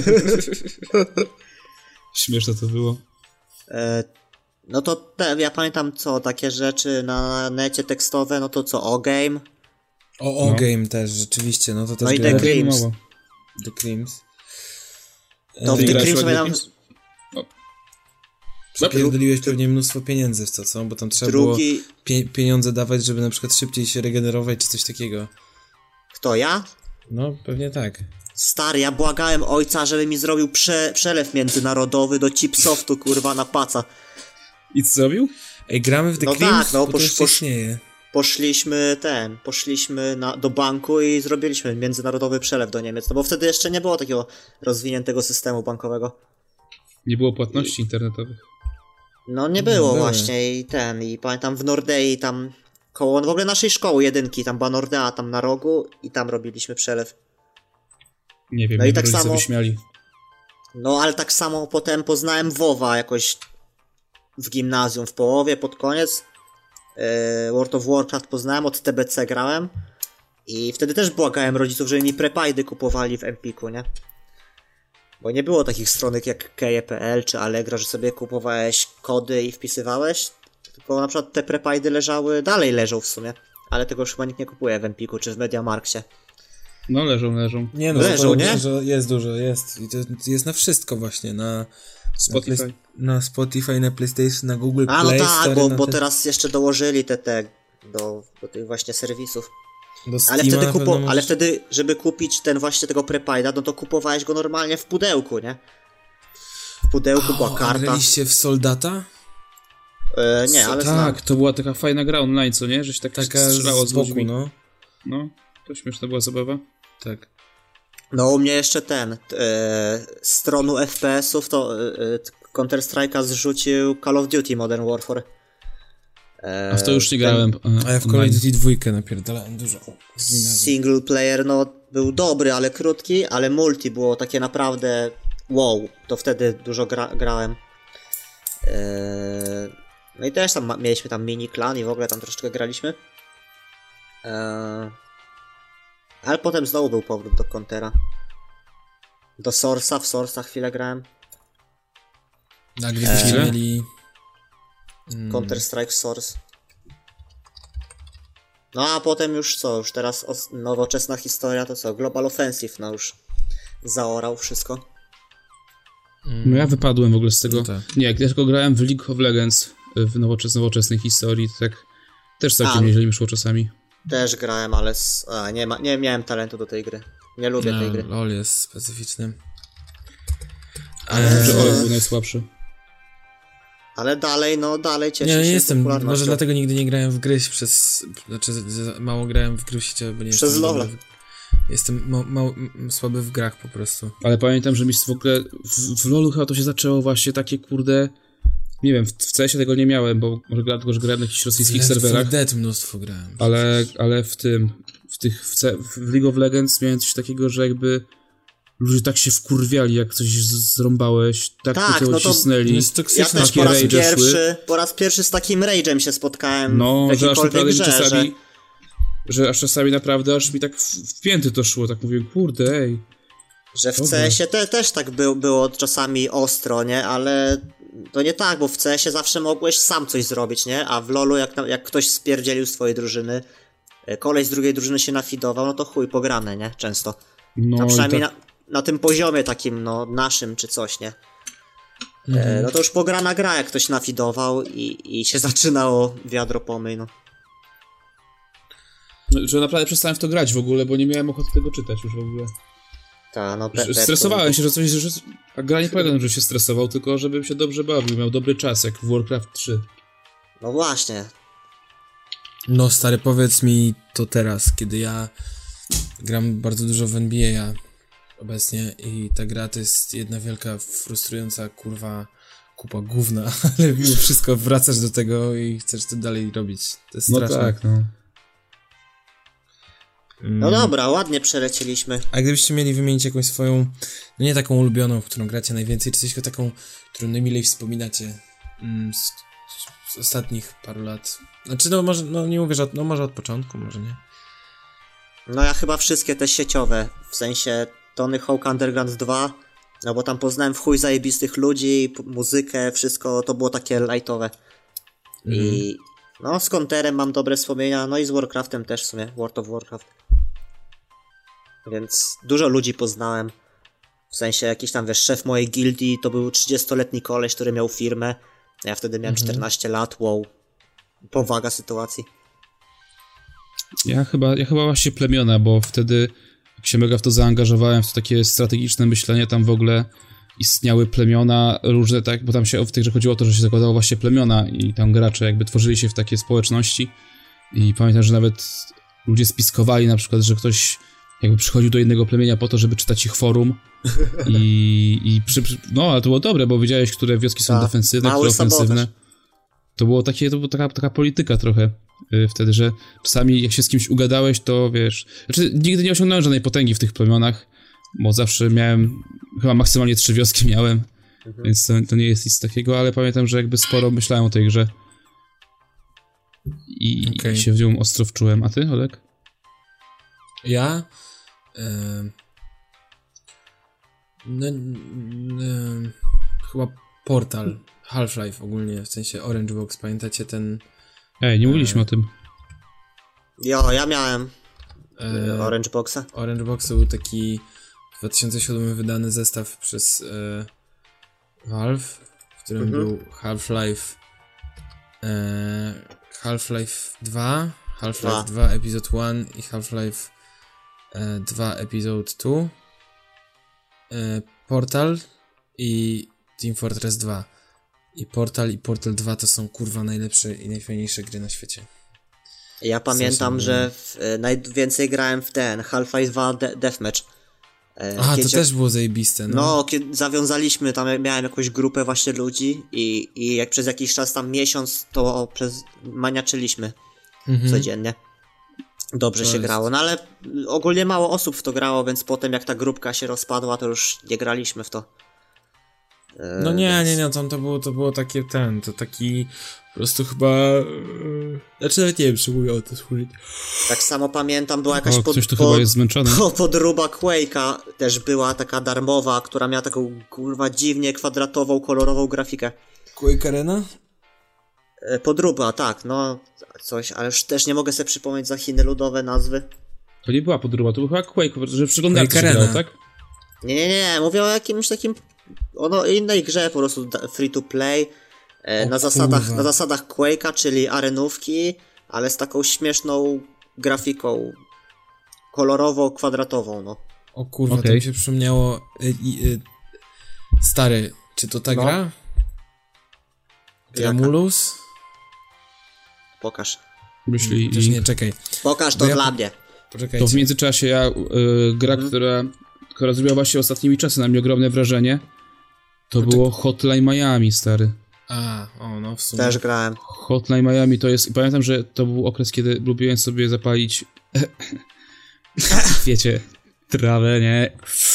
Śmieszne to było. No to ja pamiętam takie rzeczy na necie tekstowe, no to co, O-Game? O-Game też, rzeczywiście, no to też no i The Crims. The Crims. To w The Crims pamiętam... Przepierdoliłeś pewnie mnóstwo pieniędzy w to, co? Bo tam trzeba było pieniądze dawać, żeby na przykład szybciej się regenerować, czy coś takiego. Kto, ja? No, pewnie tak. Stary, ja błagałem ojca, żeby mi zrobił przelew międzynarodowy do Chipsoftu, kurwa, na paca. I co zrobił? Ej, gramy w The Crims? Tak, no poszliśmy do banku i zrobiliśmy międzynarodowy przelew do Niemiec, no bo wtedy jeszcze nie było takiego rozwiniętego systemu bankowego. Nie było płatności internetowych. No nie było były. właśnie i pamiętam w Nordei tam koło w ogóle naszej szkoły jedynki, tam była Nordea tam na rogu i tam robiliśmy przelew. Nie wiem, No i jak tak rodzice samo- wyśmiali. No ale tak samo potem poznałem WoWa jakoś w gimnazjum w połowie, pod koniec. World of Warcraft poznałem, od TBC grałem i wtedy też błagałem rodziców, żeby mi prepajdy kupowali w Empiku, nie? Bo nie było takich stronek jak keje.pl czy Allegro, że sobie kupowałeś kody i wpisywałeś, tylko na przykład te prepajdy dalej leżą w sumie, ale tego już chyba nikt nie kupuje w Empiku czy w Mediamarkcie. No leżą. Nie no, Leżą, nie? Że jest dużo, jest. I to jest na wszystko właśnie, na Spotify. Na Spotify, na PlayStation, na Google A no Play. tak, stary, bo na teraz jeszcze dołożyli te do tych właśnie serwisów. do Ale Steama wtedy, na pewno możesz- ale wtedy, żeby kupić ten właśnie tego prepajda, no to kupowałeś go normalnie w pudełku, nie? W pudełku była A karta. graliście w Soldata? Nie, ale znam. Tak, to była taka fajna gra online, co nie? Żeś tak Taka strzelało z z boku, ludźmi. no. No, to śmieszna była zabawa. Tak. No u mnie jeszcze z stronu FPS-ów to Counter-Strike'a zrzucił Call of Duty Modern Warfare. A w to już nie grałem. A ja w Call of Duty 2 napierdalałem dużo. Single player, no, był dobry, ale krótki, ale multi było takie naprawdę wow, to wtedy dużo grałem. No i też tam mieliśmy tam mini klan i w ogóle tam troszeczkę graliśmy. Ale potem znowu był powrót do Countera. Do Source'a, w Source'a chwilę grałem. A gdybyście Ile? mieli... Counter-Strike Source. No a potem już już teraz nowoczesna historia to co? Global Offensive, no już zaorał wszystko. No ja wypadłem w ogóle z tego. No tak. Nie, ja tylko grałem w League of Legends w nowoczesnej historii, tak też całkiem nieźle mi szło czasami. Też grałem, ale nie miałem talentu do tej gry. Nie lubię tej gry. LoL jest specyficzny. Że Olek był najsłabszy. Ale dalej cieszę Nie, się nie jestem, popularnością. może dlatego nigdy nie grałem w gry znaczy mało grałem w gry sieciowe, bo nie Przez jestem LoL'a. dobry jestem słaby w grach po prostu. Ale pamiętam, że mi w ogóle w LoLu chyba to się zaczęło właśnie takie kurde... Nie wiem, w CS-ie tego nie miałem, bo może dlatego, że grałem na jakichś rosyjskich serwerach. W Dead mnóstwo grałem. Ale w League of Legends miałem coś takiego, że jakby ludzie tak się wkurwiali, jak coś zrąbałeś, tak Tak, to no to cisnęli. jest toksyczne. Ja też takie po raz pierwszy z takim rage'em się spotkałem No, w że aż jakiejkolwiek naprawdę grze, czasami... Że aż czasami naprawdę aż mi tak w pięty to szło, tak mówię, kurde, ej. że w Dobra. CS-ie też tak było czasami ostro, nie? Ale to nie tak, bo w CS-ie zawsze mogłeś sam coś zrobić, nie? A w LoLu jak ktoś spierdzielił z twojej drużyny, koleś z drugiej drużyny się nafidował, no to chuj, pograne, nie? Często. No, A przynajmniej tak, na tym poziomie takim, no, naszym czy coś, nie? No to już pograna gra, jak ktoś nafidował i się zaczynało wiadro pomyj, no. że naprawdę przestałem w to grać w ogóle, bo nie miałem ochoty tego czytać już w ogóle. Ta, no Stresowałem się, a gra nie polega na tym, że się stresował, tylko żebym się dobrze bawił, miał dobry czas, jak w Warcraft 3. No właśnie. No stary, powiedz mi to teraz, kiedy ja gram bardzo dużo w NBA obecnie i ta gra to jest jedna wielka, frustrująca kupa gówna, ale mimo wszystko wracasz do tego i chcesz to dalej robić. To jest straszne. No tak, no. No dobra, ładnie przelecieliśmy. A gdybyście mieli wymienić jakąś swoją, no nie taką ulubioną, w którą gracie najwięcej, czy coś taką, którą najmilej wspominacie z ostatnich paru lat? Znaczy, no może, no nie mówię, że może od początku, może nie. No ja chyba wszystkie te sieciowe, w sensie Tony Hawk Underground 2, no bo tam poznałem w chuj zajebistych ludzi, muzykę, wszystko to było takie lightowe. I no z Counterem mam dobre wspomnienia, no i z Warcraftem też w sumie, World of Warcraft. Więc dużo ludzi poznałem, w sensie jakiś tam, wiesz, szef mojej gildii to był 30-letni koleś, który miał firmę, ja wtedy miałem 14 lat, wow, powaga sytuacji. Ja chyba właśnie plemiona, bo wtedy jak się mega w to zaangażowałem, w to takie strategiczne myślenie, tam w ogóle istniały plemiona różne, tak, bo tam się w tej grze chodziło o to, że się zakładało właśnie plemiona i tam gracze jakby tworzyli się w takie społeczności i pamiętam, że nawet ludzie spiskowali na przykład, że ktoś jakby przychodził do innego plemienia po to, żeby czytać ich forum no, ale to było dobre, bo wiedziałeś, które wioski są defensywne, które ofensywne. To była taka polityka trochę wtedy, że czasami jak się z kimś ugadałeś, to wiesz... Znaczy, nigdy nie osiągnąłem żadnej potęgi w tych plemionach, bo zawsze miałem... Chyba maksymalnie 3 wioski miałem, więc to nie jest nic takiego, ale pamiętam, że jakby sporo myślałem o tej grze. I się w nią ostro wczułem. A ty, Olek? Ja? Chyba Portal, Half-Life ogólnie, w sensie Orange Box, pamiętacie ten... Nie mówiliśmy o tym. Ja miałem Orange Boxa. Orange Box był taki w 2007 wydany zestaw przez Valve, w którym był Half-Life 2, Half-Life 2 Episode 1 i Half-Life 2 Episode 2, Portal i Team Fortress 2. I Portal 2 to są kurwa najlepsze i najfajniejsze gry na świecie. Ja pamiętam, że najwięcej grałem w ten Half-Life 2 Deathmatch. To też było zajebiste, no. No, kiedy zawiązaliśmy, tam miałem jakąś grupę właśnie ludzi i jak przez jakiś czas, tam miesiąc, to maniaczyliśmy codziennie. Dobrze się grało, no ale ogólnie mało osób w to grało, więc potem jak ta grupka się rozpadła, to już nie graliśmy w to. No nie, tam to było takie to taki po prostu chyba... Znaczy nawet nie wiem, czy mówię o to słuchać. Tak samo pamiętam, była jakaś ktoś tu chyba jest zmęczony. Podróba Quake'a też była taka darmowa, która miała taką kurwa dziwnie kwadratową, kolorową grafikę. Quake Arena? Podróba, tak, no coś, ale już też nie mogę sobie przypomnieć za Chiny ludowe nazwy. To nie była podróba, to był chyba Quake, że w przeglądarce się grało, tak? Nie, mówię o jakimś takim innej grze, po prostu free to play, na zasadach Quake'a, czyli arenówki, ale z taką śmieszną grafiką kolorowo-kwadratową, no. O kurwa, to mi się przypomniało stary, czy to ta gra? Gramulus? Pokaż. Myśli też nie, czekaj. Pokaż to dla mnie. To w międzyczasie gra, która zrobiła właśnie ostatnimi czasy na mnie ogromne wrażenie, to było Hotline Miami, stary. No w sumie. Też grałem. Hotline Miami to jest... I pamiętam, że to był okres, kiedy lubiłem sobie zapalić... wiecie, trawę, nie?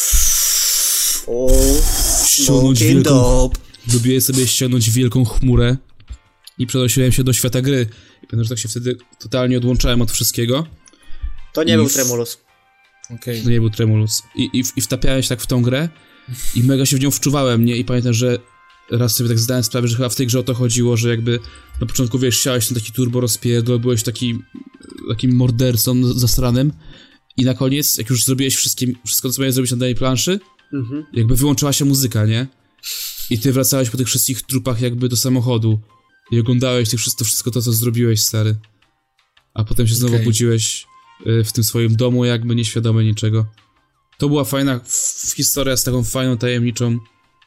Lubiłem sobie ściągnąć wielką chmurę i przenosiłem się do świata gry. I pamiętam, że tak się wtedy totalnie odłączałem od wszystkiego. To nie był Tremulus. To nie był Tremulus. I wtapiałem się tak w tą grę i mega się w nią wczuwałem, nie? I pamiętam, że raz sobie tak zdałem sprawę, że chyba w tej grze o to chodziło, że jakby na początku, wiesz, chciałeś ten taki turbo rozpierdol, byłeś takim mordercą zasranym i na koniec, jak już zrobiłeś wszystko, co miałeś zrobić na danej planszy, jakby wyłączyła się muzyka, nie? I ty wracałeś po tych wszystkich trupach jakby do samochodu i oglądałeś to wszystko to, co zrobiłeś, stary. A potem się znowu budziłeś w tym swoim domu, jakby nieświadomy niczego. To była fajna historia z taką fajną, tajemniczą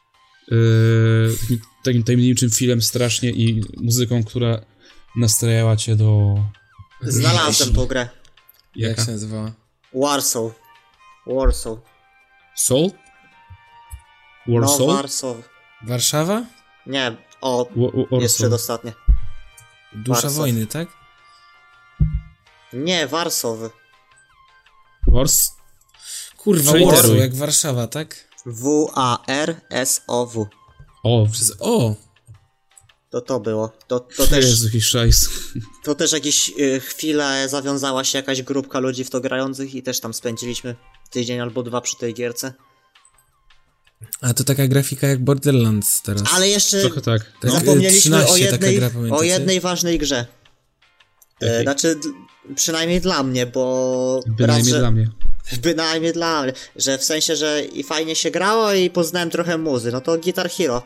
takim tajemniczym filmem strasznie i muzyką, która nastrajała cię do... Znalazłem tą grę. Jak się nazywa? Warsaw. Soul? Warsaw? No, Warsaw. Warszawa? Nie, jest przedostatnie. Dusza Warsaw. wojny, tak? Nie, Warsaw. Kurwa, Warsaw, jak Warszawa, tak? W-A-R-S-O-W. Przez O. To było. To też jest jakiś szajs. To też jakieś chwilę zawiązała się jakaś grupka ludzi w to grających i też tam spędziliśmy tydzień albo 2 przy tej gierce. A to taka grafika jak Borderlands teraz. Ale jeszcze trochę tak. Zapomnieliśmy o jednej ważnej grze. Znaczy, przynajmniej dla mnie, bo... Bynajmniej dla mnie. Że w sensie, że i fajnie się grało i poznałem trochę muzy. No to Guitar Hero.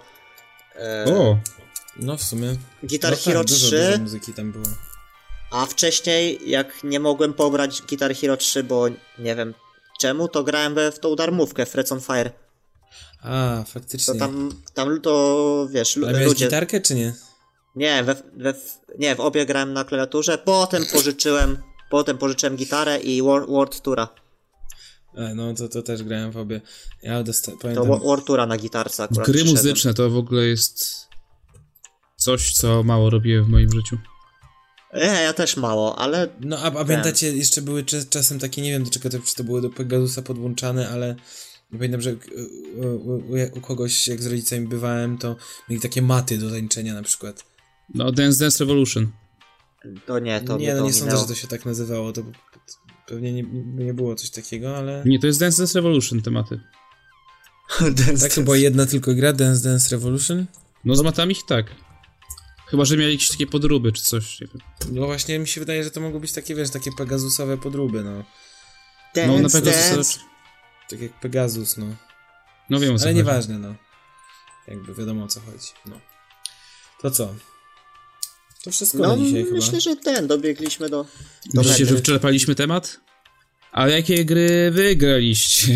No w sumie. Guitar Hero 3. Dużo muzyki tam było. A wcześniej, jak nie mogłem pobrać Guitar Hero 3, bo nie wiem czemu, to grałem w tą darmówkę, Frets on Fire. A, faktycznie. To tam to, wiesz, ludzie... miałeś gitarkę, czy nie? Nie, w obie grałem na klawiaturze, potem pożyczyłem gitarę i World Toura. No to też grałem w obie. Ja pamiętam... To World Toura na gitarce akurat. Gry muzyczne to w ogóle jest coś, co mało robiłem w moim życiu. Ja też mało, ale... No a pamiętacie, jeszcze były czasem takie, nie wiem do czego to, czy to było do Pegasusa podłączane, ale pamiętam, że u kogoś, jak z rodzicami bywałem, to mieli takie maty do tańczenia na przykład. No, Dance Revolution. To nie, to nie, to nie sądzę, że to się tak nazywało, to pewnie nie było coś takiego, ale... Nie, to jest Dance Revolution tematy. Tak, to była jedna tylko gra, Dance Revolution? No z matami tak. Chyba, że mieli jakieś takie podróby czy coś, nie wiem. No właśnie mi się wydaje, że to mogły być takie, wiesz, takie Pegasusowe podróby, no. No na Pegasus... Tak jak Pegasus, no. No wiem o co ale chodzi. nieważne, no. Jakby wiadomo o co chodzi, no. To co? To wszystko na dzisiaj chyba. Myślę, że dobiegliśmy do Myślicie, że wyczerpaliśmy temat? A jakie gry wygraliście?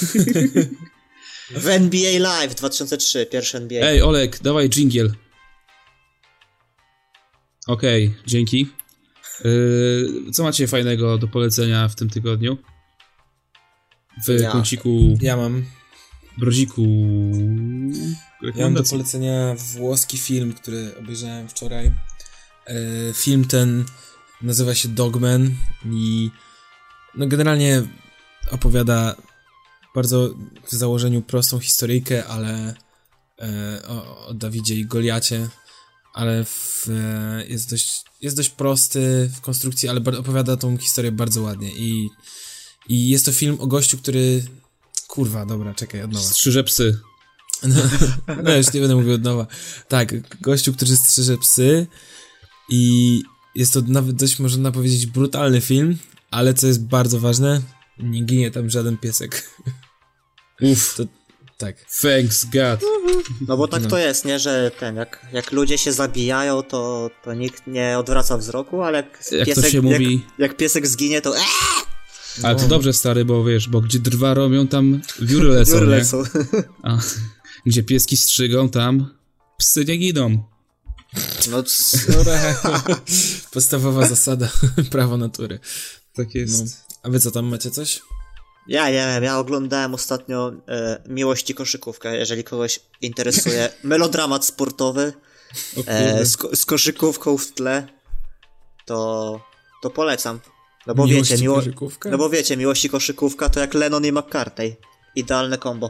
W NBA Live 2003, pierwszy NBA. Ej, Olek, dawaj dżingiel. Okej, dzięki. Co macie fajnego do polecenia w tym tygodniu? W kąciku... Ja mam. Brodziku... Ja mam do polecenia włoski film, który obejrzałem wczoraj. Film ten nazywa się Dogman i no generalnie opowiada bardzo w założeniu prostą historyjkę, ale o Dawidzie i Goliacie, ale jest dość prosty w konstrukcji, ale opowiada tą historię bardzo ładnie i jest to film o gościu, który... Kurwa, dobra, czekaj, od nowa. Strzyże psy. No już nie będę mówił od nowa. Tak, gościu, który strzyże psy i jest to nawet dość, można powiedzieć, brutalny film, ale co jest bardzo ważne, nie ginie tam żaden piesek. Uff. To, tak. Thanks God. No bo tak to jest, nie, że jak ludzie się zabijają, to nikt nie odwraca wzroku, ale jak piesek, to się mówi... jak piesek zginie, to Ale to dobrze, stary, bo wiesz, bo gdzie drwa robią, tam wióry lecą, nie? A gdzie pieski strzygą, tam psy nie giną. No podstawowa zasada prawa natury. Tak jest. No. A wy co tam, macie coś? Ja nie wiem, ja oglądałem ostatnio Miłość i koszykówkę, jeżeli kogoś interesuje. Melodramat sportowy z koszykówką w tle, to polecam. No bo wiecie, Miłość i koszykówka to jak Lennon i McCartney. Idealne combo.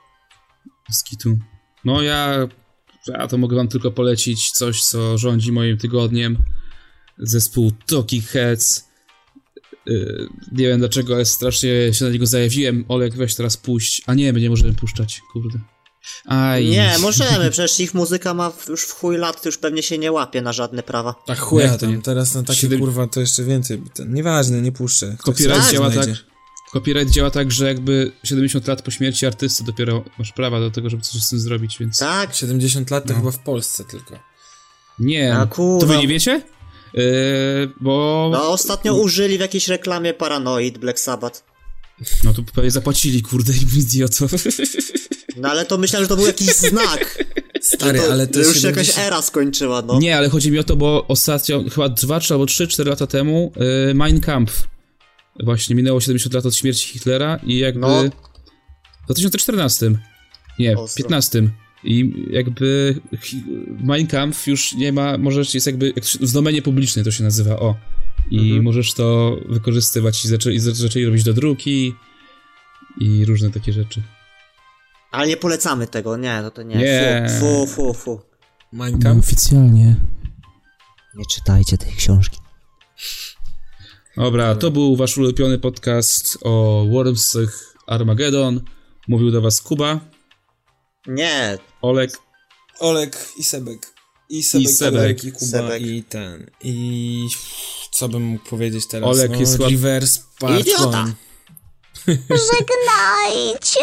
Skitu. No ja to mogę wam tylko polecić coś, co rządzi moim tygodniem. Zespół Talking Heads. Nie wiem dlaczego, ale strasznie się na niego zajawiłem. Olek, weź teraz puść. A nie, my nie możemy puszczać, kurde. Nie, możemy, przecież ich muzyka ma już w chuj lat, to już pewnie się nie łapie na żadne prawa. Tak chuja tam, teraz na takie kurwa to jeszcze więcej. Nieważne, nie puszczę. Copyright działa tak, że jakby 70 lat po śmierci artysty dopiero masz prawa do tego, żeby coś z tym zrobić, więc... Tak? 70 lat to chyba w Polsce tylko. Nie, to wy nie wiecie? Bo... No ostatnio użyli w jakiejś reklamie Paranoid, Black Sabbath. No to pewnie zapłacili, kurde, idioto. No ale to myślałem, że to był jakiś znak. Stary, ale to już się jakaś era skończyła, no. Nie, ale chodzi mi o to, bo ostatnio, chyba 2 albo 3-4 lata temu, Mein Kampf. Właśnie, minęło 70 lat od śmierci Hitlera i jakby... No. W 2014. Nie, 15. I jakby Mein Kampf już nie ma, możesz, jest jakby w domenie publicznej to się nazywa, o. I możesz to wykorzystywać i zaczęli robić do druki i różne takie rzeczy. Ale nie polecamy tego, nie, to nie. Nie. Fu. Mein Kampf? Oficjalnie. Nie czytajcie tej książki. Dobra, to był wasz ulubiony podcast o Wormsach Armageddon. Mówił do was Kuba. Nie. Olek i Sebek. I Kuba Sebek. i ten. I co bym mógł powiedzieć teraz? Olek jest Reverse Part Idiota. 1. Żegnajcie!